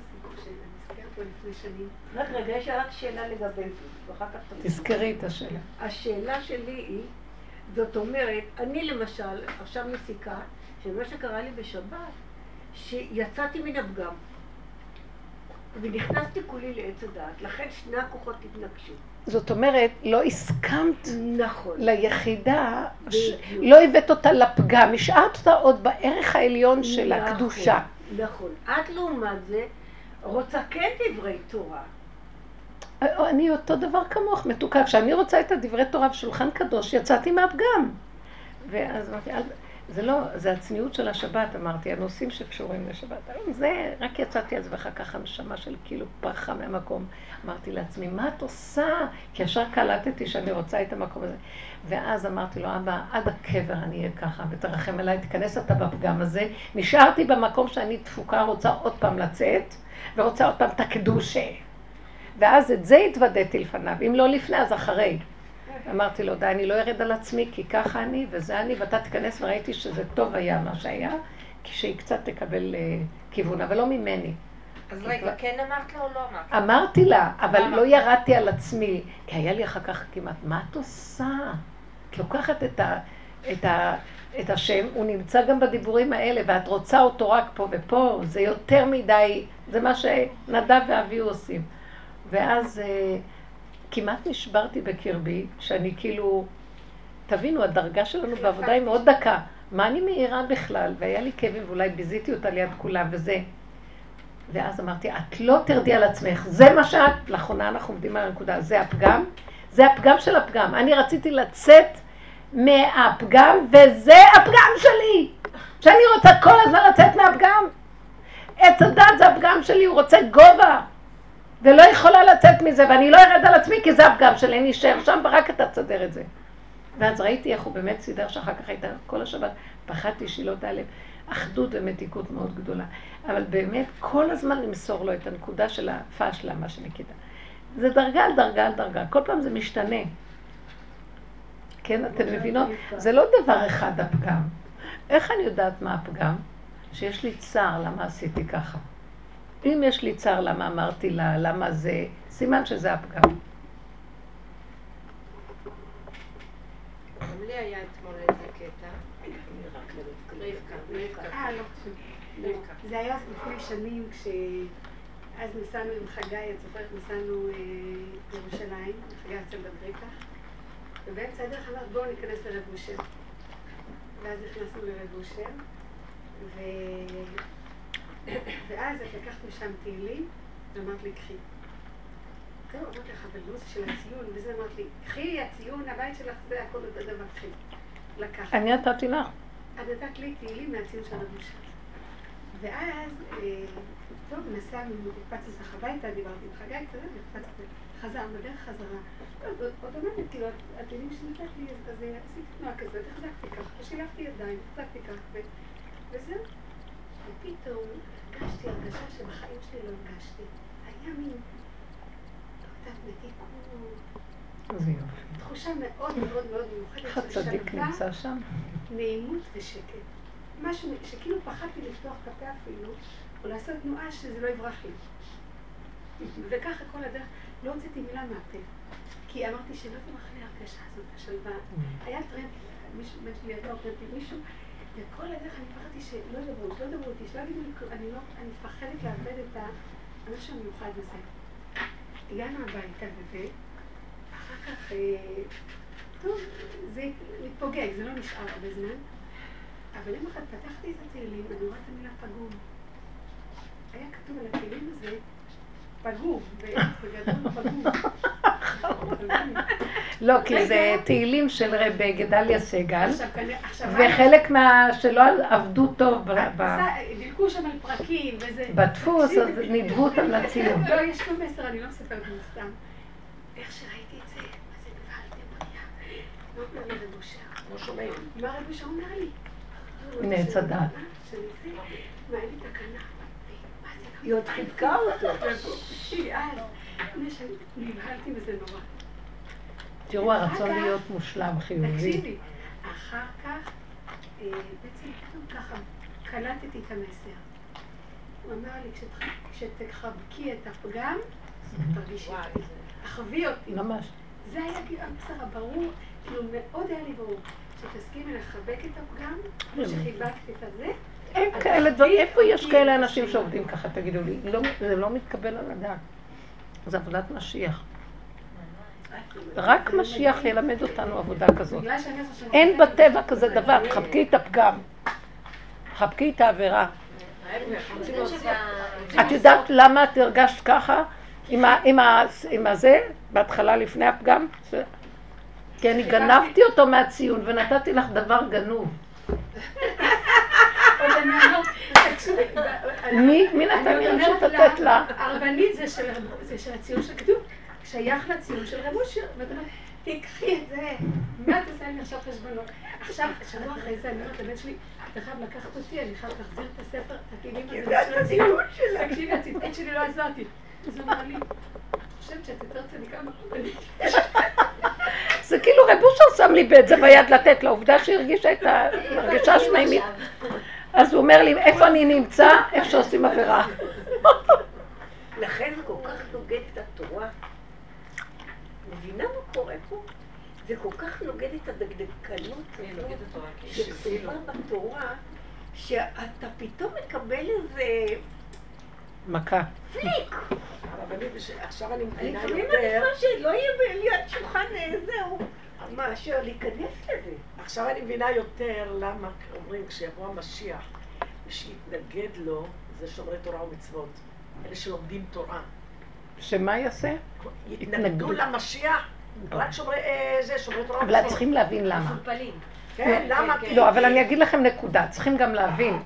רק רגע, יש רק שאלה לגבי זה, ואחר כך תזכרי את השאלה. השאלה שלי היא, זאת אומרת, אני למשל, עכשיו מסיקה, שמה שקרה לי בשבת, שיצאתי מן הפגם, ונכנסתי כולי לעץ הדעת, לכן שני הכוחות התנגשו. זאת אומרת, לא הסכמת נכון. ליחידה, ש... לא הבאת אותה לפגם, השארת אותה עוד בערך העליון של נכון, הקדושה. נכון. את לעומת זה רוצה כן דברי תורה. אני אותו דבר כמוך, מתוקה. כשאני רוצה את הדברי תורה בשולחן קדוש, יצאתי מהפגם. ואז אמרתי, זה לא, זה הצניעות של השבת, אמרתי, הנושאים שקשורים לשבת. זה, רק יצאתי אז ואחר כך הנשמה של כאילו פרחה מהמקום. אמרתי לעצמי, מה את עושה? כי ישר קלטתי שאני רוצה את המקום הזה. ואז אמרתי לו, אבא, עד הקבר אני אהיה ככה, ותרחם אליי, תיכנס אתה בפגם הזה. נשארתי במקום שאני תפוקה, רוצה עוד פעם לצאת, ורוצה עוד פעם את הקדושה. ואז את זה התוודעתי לפניו, אם לא לפני, אז אחרי. אמרתי לו, די, אני לא ארד על עצמי, כי ככה אני, וזה אני, ואתה תיכנס, וראיתי שזה טוב היה מה שהיה, כשהיא קצת תקבל uh, כיוון, אבל לא ממני. אז רגע, כן אמרת לה או לא אמרת? אמרתי לה, אבל לא ירדתי על עצמי, כי היה לי אחר כך כמעט, מה את עושה? את לוקחת את, ה, את, ה, את השם, הוא נמצא גם בדיבורים האלה, ואת רוצה אותו רק פה ופה, זה יותר מדי, זה מה שנדב ואביהו עושים. ואז... Uh, כמעט נשברתי בקרבי, שאני כאילו, תבינו, הדרגה שלנו בעבודה היא מאוד דקה. מה אני מהירה בכלל? והיה לי כאבים, ואולי ביזיתי אותה ליד כולם, וזה. ואז אמרתי, את לא תרדי על עצמך, זה מה שאת, לאחרונה אנחנו עומדים על הנקודה, זה הפגם, זה הפגם של הפגם. אני רציתי לצאת מהפגם, וזה הפגם שלי, שאני רוצה כל הזמן לצאת מהפגם. עץ הדת זה הפגם שלי, הוא רוצה גובה. ולא יכולה לצאת מזה, ואני לא ארד על עצמי, כי זה הפגם שלי, אני אשאר שם, ורק אתה תסדר את זה. ואז ראיתי איך הוא באמת סידר, שאחר כך הייתה כל השבת, פחדתי שהיא לא תעלם, אחדות ומתיקות מאוד גדולה. אבל באמת, כל הזמן למסור לו את הנקודה של הפשלה, מה שנקידה. זה דרגה על דרגה על דרגה, כל פעם זה משתנה. כן, אתן מבינות? זה לא דבר אחד הפגם. איך אני יודעת מה הפגם? שיש לי צער, למה עשיתי ככה? אם יש לי צער למה אמרתי לה, למה זה, סימן שזה הפגם. גם לי היה אתמול איזה קטע. רבקה, רבקה. אה, לא חשוב. זה היה לפני שנים כשאז נסענו עם חגי, את זוכרת, נסענו לירושלים, חגי אצל בבריטח, ובאמצע הדרך אמרת בואו ניכנס לרב אושר. ואז נכנסנו לרב אושר, ו... ואז את לקחת משם תהילים, ואמרת לי, קחי. זהו, אמרת לך, אבל לא זה של הציון, וזה אמרת לי, קחי, הציון, הבית שלך זה הכל אותו דבר, קחי. לקחת. אני נתתי לך. את נתת לי תהילים מהציון של הרב אושר. ואז, טוב, נסענו, הקפצתי לך הביתה, דיברתי עם חגי קצת, והקפצתי, חזר, בדרך חזרה. אוטומטית, כאילו, הטילים שנתת לי, אז עשיתי תנועה כזאת, החזקתי כך, ושילבתי ידיים, החזקתי כך, וזהו. ופתאום הרגשתי הרגשה שבחיים שלי לא הרגשתי. היה מין קצת מתיקות. זה יופי. תחושה מאוד מאוד מאוד מיוחדת של צדיק שלווה, נמצא שם. נעימות ושקט. משהו שכאילו פחדתי לפתוח את הפה אפילו, או לעשות תנועה שזה לא יברח לי. וככה כל הדרך, לא הוצאתי מילה מהפה. כי אמרתי שלא תברח לי הרגשה הזאת, השלווה. היה טרמפ, מישהו, בן שלי ידע טרמפ עם מישהו, וכל הדרך אני פחדתי שלא ידברו, לא ידברו אותי, שלא יגידו לי, אני לא, אני מפחדת לאבד את המשהו המיוחד הזה. הגענו הביתה וזה, אחר כך, טוב, זה מתפוגג, זה לא נשאר הרבה זמן, אבל יום אחד פתחתי את התהילים, אני רואה את המילה פגום. היה כתוב על התהילים הזה, פגום, בגדול פגום. לא, כי זה תהילים של רבי גדליה סגל, וחלק מה שלא עבדו טוב דילקו שם על פרקים וזה... בדפוס, אז נדבו אותם לציון. לא, יש פה מסר, אני לא מספרת מסתם. איך שראיתי את זה, מה זה נבהלתי בריאה. לא אומר לי רבושה. לא שומעים. מה רבושה אומר לי? הנה צדד. שאני זה, מה אין לי תקנה. היא עוד חיבקה אותו. היא אז, נבהלתי וזה נורא. תראו, הרצון להיות מושלם, חיובי. תקשיבי, אחר כך, בעצם פתאום ככה, קלטתי את המסר. הוא אמר לי, כשתחבקי את הפגם, תרגישי אותי. תחווי אותי. ממש. זה היה המסר הברור, כאילו מאוד היה לי ברור. שתסכימי לחבק את הפגם, כמו שחיבקתי את הזה. אין כאלה דברים, איפה יש כאלה אנשים שעובדים ככה, תגידו לי? זה לא מתקבל על הדעת. זה עבודת משיח. רק משיח ילמד אותנו עבודה כזאת. אין בטבע כזה דבר, חבקי את הפגם. חבקי את העבירה. את יודעת למה את הרגשת ככה? עם הזה, בהתחלה לפני הפגם? כי אני גנבתי אותו מהציון ונתתי לך דבר גנוב. מי נתן לי רשות לתת לה? הרבנית זה של הציון של כתוב, שייך לציון של רב אושר, ואתה אומר, תקחי את זה, מה את עושה לי עכשיו חשבונות? עכשיו, שבוע אחרי זה אני אומרת לבן שלי, אתה חייב לקחת אותי, אני חייב להחזיר את הספר, את התהילים הזה של הציון שלה. תקשיבי, הצדקות שלי לא עזרתי. אז הוא אמר לי, את חושבת שאת יותר צדיקה מהרבנית? זה כאילו רב אושר שם לי את זה ביד לתת לעובדה שהרגישה את ההרגשה השמיימית. אז הוא אומר לי, איפה אני נמצא? איפה שעושים עבירה. לכן זה כל כך נוגד את התורה. מבינה מה קורה פה? זה כל כך נוגד את הדקדקנות שכתובה בתורה, שאתה פתאום מקבל איזה... מכה. פליק. עכשיו אני מבינה יותר... לפעמים אני חושב שלא יהיה ליד שולחן זהו. מאשר להיכנס לזה. עכשיו אני מבינה יותר למה אומרים כשיבוא המשיח, שיתנגד לו זה שומרי תורה ומצוות. אלה שלומדים תורה. שמה יעשה? יתנגדו למשיח, רק שומרי זה, שומרי תורה ומצוות. אבל צריכים להבין למה. כן, למה? לא, אבל אני אגיד לכם נקודה, צריכים גם להבין.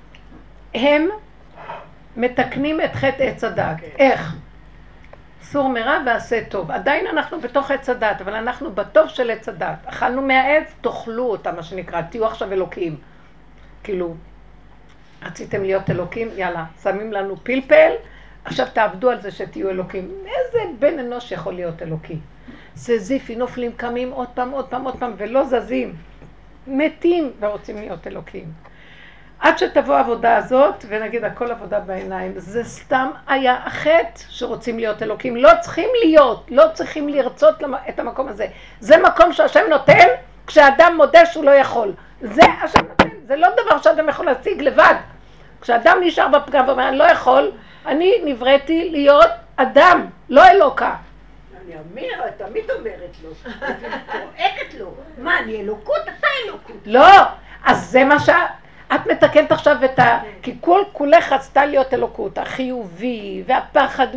הם מתקנים את חטא עץ הדת. איך? סור מרע ועשה טוב. עדיין אנחנו בתוך עץ הדת, אבל אנחנו בטוב של עץ הדת. אכלנו מהעץ, תאכלו אותה, מה שנקרא, תהיו עכשיו אלוקים. כאילו, רציתם להיות אלוקים? יאללה, שמים לנו פלפל, עכשיו תעבדו על זה שתהיו אלוקים. איזה בן אנוש יכול להיות אלוקי? זה זיפי, נופלים, קמים עוד פעם, עוד פעם, עוד פעם, ולא זזים. מתים ורוצים להיות אלוקים. עד שתבוא העבודה הזאת, ונגיד הכל עבודה בעיניים, זה סתם היה החטא שרוצים להיות אלוקים. לא צריכים להיות, לא צריכים לרצות את המקום הזה. זה מקום שהשם נותן כשאדם מודה שהוא לא יכול. זה השם נותן, זה לא דבר שאדם יכול להשיג לבד. כשאדם נשאר בפגם ואומר, אני לא יכול, אני נבראתי להיות אדם, לא אלוקה. אני אומר, תמיד אומרת לו, אני צועקת לו, מה, אני אלוקות? אתה אלוקות. לא, אז זה מה ש... את מתקנת עכשיו את ה... כי כל כולך רצתה להיות אלוקות, החיובי, והפחד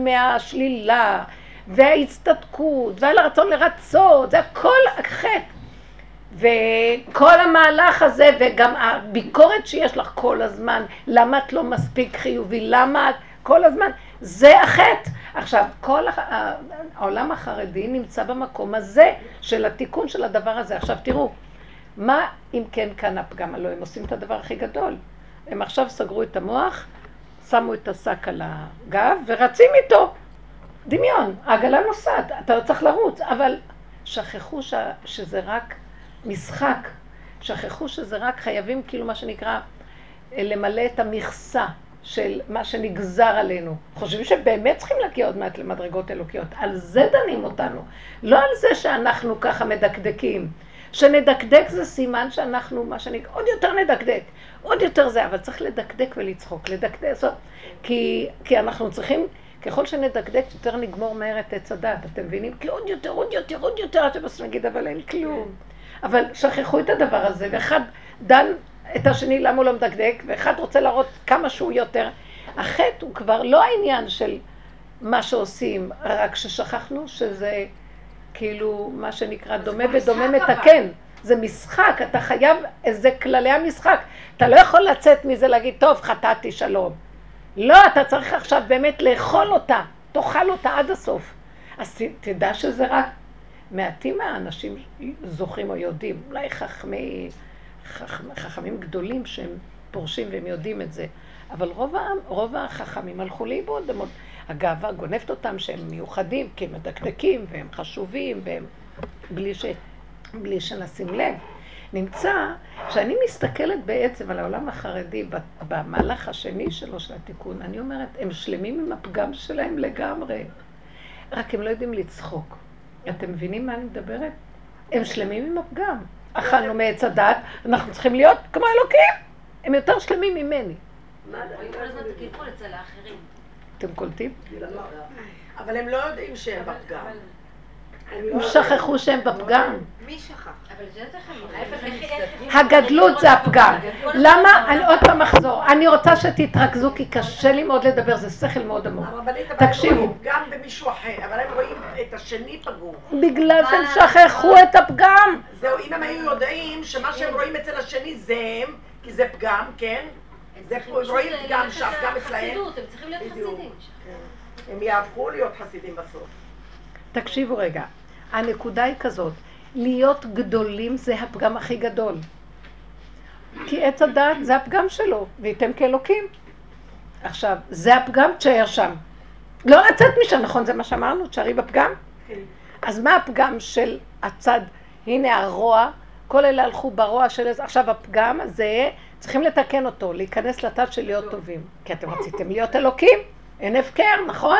מהשלילה, וההצטדקות, והרצון לרצות, זה הכל החטא. וכל המהלך הזה, וגם הביקורת שיש לך כל הזמן, למה את לא מספיק חיובי, למה את כל הזמן, זה החטא. עכשיו, כל העולם החרדי נמצא במקום הזה של התיקון של הדבר הזה. עכשיו תראו, מה אם כן כאן הפגם? הלוא הם עושים את הדבר הכי גדול. הם עכשיו סגרו את המוח, שמו את השק על הגב ורצים איתו. דמיון, העגלה נוסעת, אתה לא צריך לרוץ, אבל שכחו ש... שזה רק משחק, שכחו שזה רק חייבים כאילו מה שנקרא למלא את המכסה של מה שנגזר עלינו. חושבים שבאמת צריכים להגיע עוד מעט למדרגות אלוקיות, על זה דנים אותנו, לא על זה שאנחנו ככה מדקדקים. שנדקדק זה סימן שאנחנו מה שנקרא, עוד יותר נדקדק, עוד יותר זה, אבל צריך לדקדק ולצחוק, לדקדק, זאת, כי, כי אנחנו צריכים, ככל שנדקדק יותר נגמור מהר את עץ הדת, אתם מבינים? כי עוד יותר, עוד יותר, עוד יותר, אתם עושים להגיד, אבל אין כלום. אבל שכחו את הדבר הזה, ואחד דן את השני למה הוא לא מדקדק, ואחד רוצה להראות כמה שהוא יותר. החטא הוא כבר לא העניין של מה שעושים, רק ששכחנו שזה כאילו מה שנקרא דומה בדומה מתקן. זה משחק, אתה חייב, זה כללי המשחק. אתה לא יכול לצאת מזה להגיד, טוב, חטאתי, שלום. לא, אתה צריך עכשיו באמת לאכול אותה, תאכל אותה עד הסוף. אז תדע שזה רק מעטים מהאנשים זוכרים או יודעים, אולי חכמי, חכמ, חכמים גדולים שהם פורשים והם יודעים את זה. אבל רוב, רוב החכמים הלכו לאיבוד, הגאווה גונבת אותם שהם מיוחדים, כי הם מדקדקים והם חשובים והם בלי, ש, בלי שנשים לב. נמצא שאני מסתכלת בעצם על העולם החרדי במהלך השני שלו של התיקון, אני אומרת, הם שלמים עם הפגם שלהם לגמרי, רק הם לא יודעים לצחוק. אתם מבינים מה אני מדברת? הם שלמים עם הפגם. אכלנו מעץ הדת, אנחנו צריכים להיות כמו אלוקים. הם יותר שלמים ממני. רואים כל הזמן את הקלקול אצל האחרים. אתם קולטים? אבל הם לא יודעים שהם בפגם. הם שכחו שהם בפגם. מי שכח? אבל זה יותר חמור. הגדלות זה הפגם. למה? אני עוד פעם אחזור. אני רוצה שתתרכזו כי קשה לי מאוד לדבר, זה שכל מאוד עמוק. תקשיבו. גם במישהו אחר, אבל הם רואים את השני פגום. בגלל שהם שכחו את הפגם. זהו, אם הם היו יודעים שמה שהם רואים אצל השני זה הם, כי זה פגם, כן? זה רואים פגם שם, גם אצלהם. הם צריכים להיות חסידים. הם יהפכו להיות חסידים בסוף. תקשיבו רגע, הנקודה היא כזאת, להיות גדולים זה הפגם הכי גדול. כי עץ הדעת זה הפגם שלו, ואיתם כאלוקים. עכשיו, זה הפגם תשאר שם. לא לצאת משם, נכון? זה מה שאמרנו, תשארי בפגם? אז מה הפגם של הצד? הנה הרוע, כל אלה הלכו ברוע של איזה, עכשיו הפגם הזה, צריכים לתקן אותו, להיכנס לתת של להיות טובים. כי אתם רציתם להיות אלוקים, אין הפקר, נכון?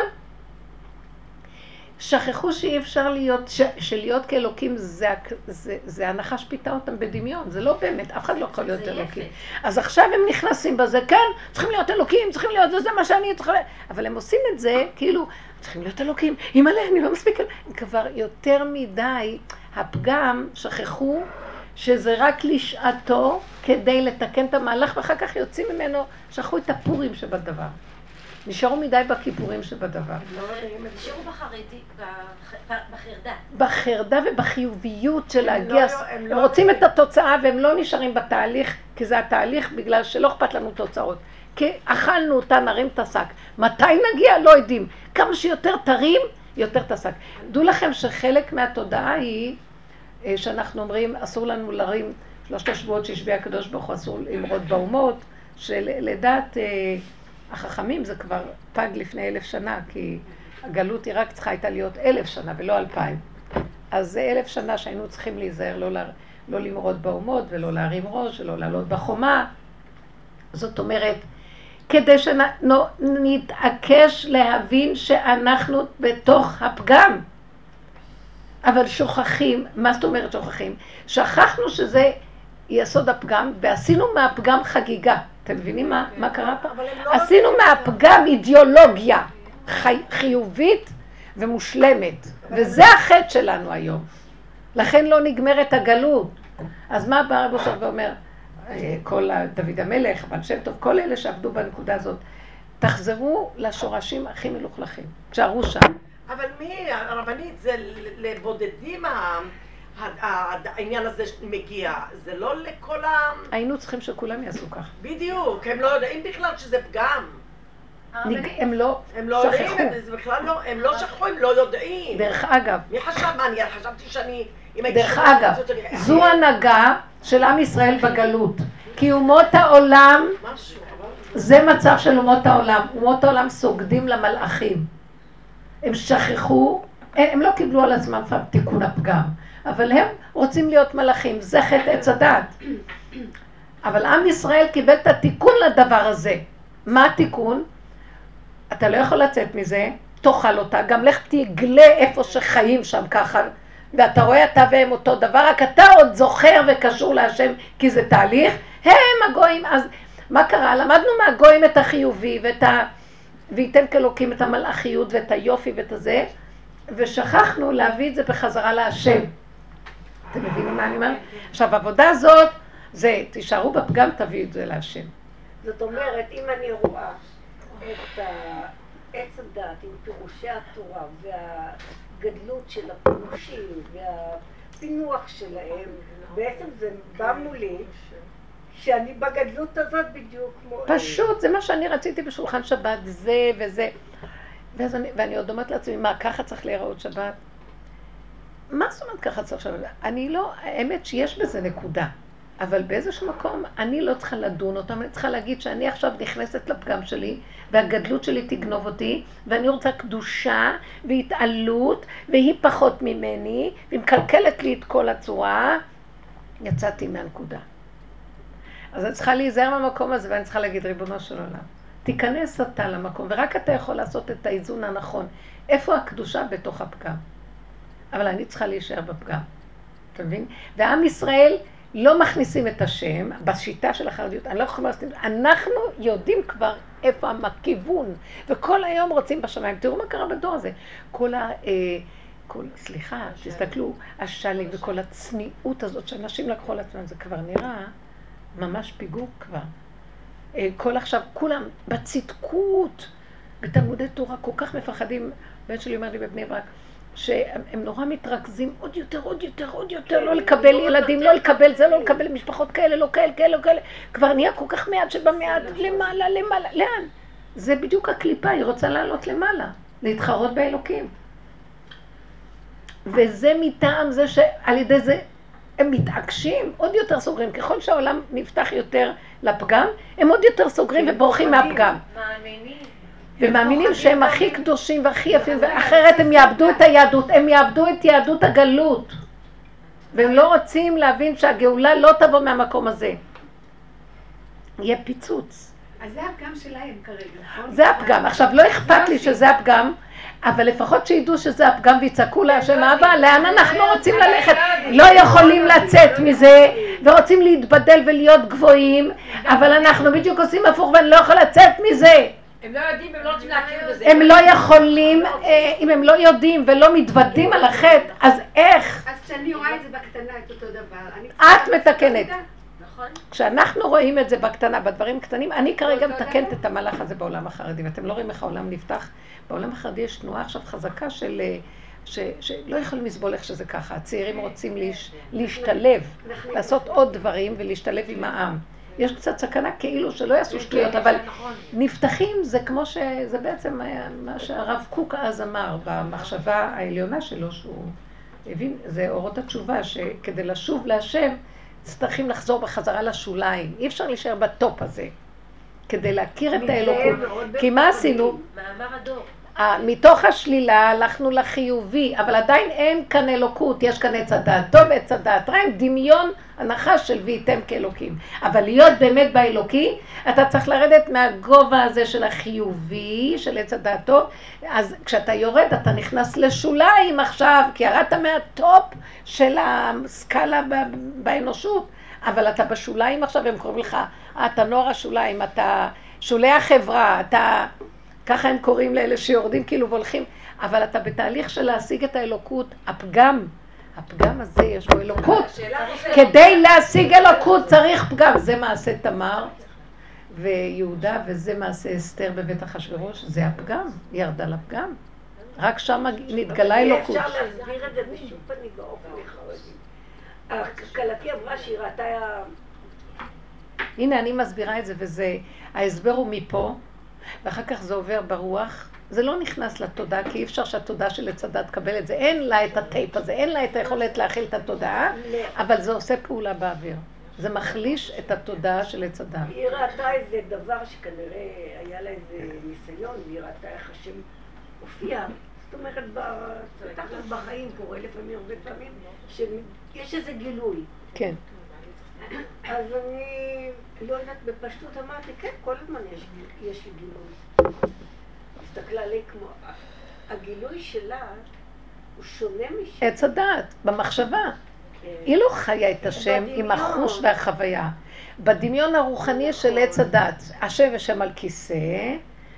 שכחו שאי אפשר להיות, ש, שלהיות כאלוקים זה, זה, זה הנחש פיתה אותם בדמיון, זה לא באמת, אף אחד לא יכול להיות אלוקים. אז עכשיו הם נכנסים בזה, כן, צריכים להיות אלוקים, צריכים להיות, זה, זה מה שאני צריכה, אבל הם עושים את זה, כאילו, צריכים להיות אלוקים, אימא'לה, אני לא מספיק, כבר יותר מדי, הפגם, שכחו שזה רק לשעתו כדי לתקן את המהלך, ואחר כך יוצאים ממנו, שכחו את הפורים שבדבר. נשארו מדי בכיפורים שבדבר. נשארו בחרדי, בחרדה. בחרדה ובחיוביות של להגיע. הם רוצים את התוצאה והם לא נשארים בתהליך, כי זה התהליך בגלל שלא אכפת לנו תוצאות. כי אכלנו אותה, נרים את השק. מתי נגיע? לא יודעים. כמה שיותר תרים, יותר את השק. דעו לכם שחלק מהתודעה היא, שאנחנו אומרים, אסור לנו להרים שלושת השבועות שהשביע הקדוש ברוך הוא, אסור למרוד באומות, שלדעת החכמים זה כבר פג לפני אלף שנה, כי הגלות היא רק צריכה הייתה להיות אלף שנה ולא אלפיים. אז זה אלף שנה שהיינו צריכים להיזהר, לא, לא למרוד באומות ולא להרים ראש ולא לעלות בחומה. זאת אומרת, כדי שנתעקש להבין שאנחנו בתוך הפגם. אבל שוכחים, מה זאת אומרת שוכחים? שכחנו שזה יסוד הפגם ועשינו מהפגם חגיגה. אתם מבינים מה, מה קרה פה? עשינו מהפגם אידיאולוגיה חי, חיובית ומושלמת. וזה החטא שלנו היום. לכן לא נגמרת הגלות. אז מה בא רב אושר ואומר? כל דוד המלך, בן שם טוב, כל אלה שעבדו בנקודה הזאת, תחזרו לשורשים הכי מלוכלכים. תשארו שם. אבל מי, הרבנית, זה לבודדים העם, העניין הזה מגיע, זה לא לכל ה... היינו צריכים שכולם יעשו כך. בדיוק, הם לא יודעים בכלל שזה פגם. הם לא הם לא יודעים, זה בכלל לא, הם לא שכחו, הם לא יודעים. דרך אגב, מי חשב? מה, אני חשבתי שאני... דרך אגב, זו הנהגה של עם ישראל בגלות. כי אומות העולם, זה מצב של אומות העולם. אומות העולם סוגדים למלאכים. הם שכחו, הם לא קיבלו על עצמם תיקון הפגם, אבל הם רוצים להיות מלאכים, זה חטא עץ הדעת. אבל עם ישראל קיבל את התיקון לדבר הזה. מה התיקון? אתה לא יכול לצאת מזה, תאכל אותה, גם לך תגלה איפה שחיים שם ככה, ואתה רואה אתה והם אותו דבר, רק אתה עוד זוכר וקשור להשם, כי זה תהליך. הם הגויים, אז מה קרה? למדנו מהגויים את החיובי ואת ה... וייתן כאלוקים את המלאכיות ואת היופי ואת הזה, ושכחנו להביא את זה בחזרה להשם. אתם מבינים מה אני אומרת? עכשיו, העבודה הזאת, זה, תישארו בפגם, תביאו את זה להשם. זאת אומרת, אם אני רואה את עץ הדת עם פירושי התורה והגדלות של הפירושים והפינוח שלהם, בעצם זה בא מולי שאני בגדלות הזאת בדיוק כמו... פשוט, זה מה שאני רציתי בשולחן שבת, זה וזה. ואז אני, ואני עוד אומרת לעצמי, מה, ככה צריך להיראות שבת? מה זאת אומרת ככה צריך שבת? אני לא, האמת שיש בזה נקודה. אבל באיזשהו מקום אני לא צריכה לדון אותם, אני צריכה להגיד שאני עכשיו נכנסת לפגם שלי, והגדלות שלי תגנוב אותי, ואני רוצה קדושה והתעלות, והיא פחות ממני, והיא מקלקלת לי את כל הצורה, יצאתי מהנקודה. אז אני צריכה להיזהר מהמקום הזה, ואני צריכה להגיד, ריבונו של עולם, תיכנס אתה למקום, ורק אתה יכול לעשות את האיזון הנכון. איפה הקדושה בתוך הפגם? אבל אני צריכה להישאר בפגם. אתה מבין? ועם ישראל לא מכניסים את השם בשיטה של החרדיות. אני לא יכולה להסתכל, אנחנו יודעים כבר איפה הכיוון, וכל היום רוצים בשמיים. תראו מה קרה בדור הזה. כל ה... כל, סליחה, תסתכלו, השלי וכל הצניעות הזאת שאנשים לקחו על עצמם, זה כבר נראה ממש פיגור כבר. כל עכשיו, כולם בצדקות, בתלמודי תורה, כל כך מפחדים, בן שלי אומר לי בבני ברק, שהם נורא מתרכזים עוד יותר, עוד יותר, עוד יותר, לא לקבל ילדים, לא לקבל זה, לא לקבל משפחות כאלה, לא כאלה, כאלה, כאלה. כבר נהיה כל כך מעט שבמעט, למעלה, למעלה, לאן? זה בדיוק הקליפה, היא רוצה לעלות למעלה, להתחרות באלוקים. וזה מטעם זה שעל ידי זה הם מתעקשים, עוד יותר סוגרים. ככל שהעולם נפתח יותר לפגם, הם עוד יותר סוגרים ובורחים מהפגם. מאמינים. ומאמינים שהם הכי קדושים והכי יפים, ואחרת הם יאבדו את היהדות, הם יאבדו את יהדות הגלות. והם לא רוצים להבין שהגאולה לא תבוא מהמקום הזה. יהיה פיצוץ. אז זה הפגם שלהם כרגע, נכון? זה הפגם. עכשיו, לא אכפת לי שזה הפגם, אבל לפחות שידעו שזה הפגם ויצעקו להשם אבא, לאן אנחנו רוצים ללכת? לא יכולים לצאת מזה, ורוצים להתבדל ולהיות גבוהים, אבל אנחנו בדיוק עושים הפוך ואני לא יכול לצאת מזה. הם לא יודעים, הם לא רוצים להכיר בזה. הם לא יכולים, אם הם לא יודעים ולא מתוודים על החטא, אז איך? אז כשאני רואה את זה בקטנה, את אותו דבר. את מתקנת. נכון. כשאנחנו רואים את זה בקטנה, בדברים קטנים, אני כרגע מתקנת את המהלך הזה בעולם החרדי, ואתם לא רואים איך העולם נפתח. בעולם החרדי יש תנועה עכשיו חזקה של... ש, שלא יכולים לסבול איך שזה ככה. הצעירים רוצים להש, להשתלב, לעשות עוד דברים ולהשתלב עם העם. יש קצת סכנה כאילו שלא יעשו שטויות, אבל נפתחים זה כמו שזה בעצם מה שהרב קוק אז אמר במחשבה העליונה שלו, שהוא הבין, זה אורות התשובה, שכדי לשוב להשם צריכים לחזור בחזרה לשוליים. אי אפשר להישאר בטופ הזה, כדי להכיר את האלוקות. כי מה עשינו? מאמר הדור. מתוך השלילה הלכנו לחיובי, אבל עדיין אין כאן אלוקות, יש כאן עץ הדעת טוב, עץ הדעת רע, עם דמיון הנחש של ויתם כאלוקים. אבל להיות באמת באלוקי, אתה צריך לרדת מהגובה הזה של החיובי, של עץ הדעת טוב, אז כשאתה יורד אתה נכנס לשוליים עכשיו, כי ירדת מהטופ של הסקאלה באנושות, אבל אתה בשוליים עכשיו, הם קוראים לך, אתה נוער השוליים, אתה שולי החברה, אתה... ככה הם קוראים לאלה שיורדים כאילו והולכים, אבל אתה בתהליך של להשיג את האלוקות, הפגם, הפגם הזה יש בו אלוקות. כדי להשיג אלוקות צריך פגם, זה מעשה תמר ויהודה וזה מעשה אסתר בבית אחשוורוש, זה הפגם, ירדה לפגם. רק שם נתגלה אלוקות. אפשר להסביר את זה בשום פנים באופן אחד. הכלתי אמרה שהיא ראתה היה... הנה אני מסבירה את זה, וזה, ההסבר הוא מפה, ואחר כך זה עובר ברוח. זה לא נכנס לתודעה, כי אי אפשר שהתודעה של עץ הדת תקבל את זה. אין לה את הטייפ הזה, אין לה את היכולת להכיל את התודעה, אבל זה עושה פעולה באוויר. זה מחליש את התודעה של עץ הדת. היא ראתה איזה דבר שכנראה היה לה איזה ניסיון, והיא ראתה איך השם הופיע. זאת אומרת, תכלס בחיים קורה לפעמים הרבה פעמים, שיש איזה גילוי. כן. אז אני לא יודעת, בפשטות אמרתי, כן, כל הזמן יש, יש גילוי. הסתכלה לי כמו, הגילוי שלה הוא שונה משם. עץ הדעת, במחשבה. היא לא חיה את השם עם החוש והחוויה. בדמיון הרוחני של עץ הדעת, השם ושם על כיסא,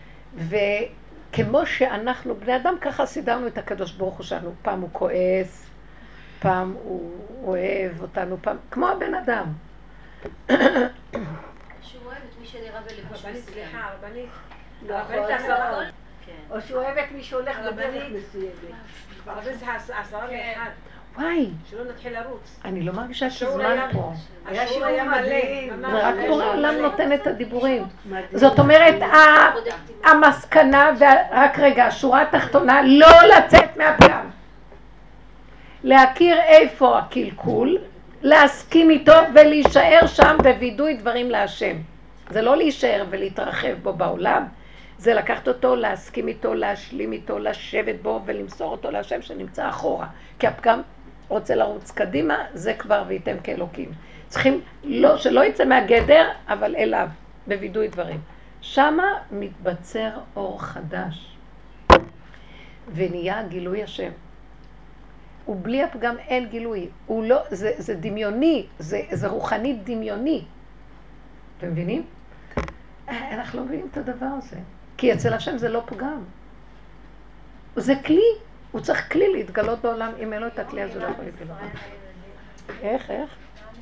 וכמו שאנחנו בני אדם, ככה סידרנו את הקדוש ברוך הוא שלנו. פעם הוא כועס, פעם הוא אוהב אותנו, פעם, כמו הבן אדם. שהוא אוהב את מי שנראה בלבוש רבנית, מסוים. סליחה, רבנית. נכון. רבנית העשרה. או שהוא אוהב את מי שהולך בדרך מסוימת. רבנית העשרה לאחד. וואי, שלא נתחיל לרוץ. אני לא מרגישה השיעור שזמן היה- פה. היה השיעור שיעור היה מלא. מדהים. ממש. זה רק היה בורא שיעור העולם מלא. נותן את הדיבורים. מדהים. זאת אומרת, ה- המסקנה, וה- רק רגע, השורה התחתונה, לא לצאת מהפגם. להכיר איפה הקלקול, להסכים איתו ולהישאר שם בווידוי דברים להשם. זה לא להישאר ולהתרחב בו בעולם, זה לקחת אותו, להסכים איתו, להשלים איתו, לשבת בו ולמסור אותו להשם שנמצא אחורה. כי הפגם רוצה לרוץ קדימה, זה כבר וייתם כאלוקים. צריכים לא, שלא יצא מהגדר, אבל אליו, בווידוי דברים. שמה מתבצר אור חדש, ונהיה גילוי השם. ובלי הפגם אין גילוי. הוא לא, זה, זה דמיוני, זה, זה רוחני דמיוני. אתם מבינים? אנחנו לא מבינים את הדבר הזה. כי אצל השם זה לא פגם. זה כלי. הוא צריך כלי להתגלות בעולם. אם אין לו את הכלי הזה, הוא לא יכול להתגלות. איך, איך?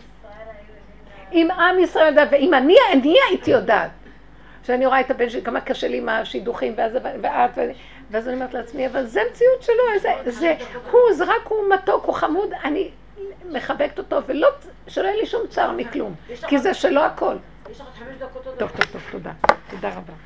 אם עם ישראל יודעת, ואם אני, אני הייתי יודעת. שאני רואה את הבן שלי, כמה קשה לי עם השידוכים, ואז, ואת, ואז אני אומרת לעצמי, אבל זה מציאות שלו, זה, זה, הוא, זה רק הוא מתוק, הוא חמוד, אני מחבקת אותו, ולא, שלא יהיה לי שום צער מכלום, כי זה שלו הכל. יש לך חמש דקות עוד. טוב, טוב, טוב, תודה. תודה רבה.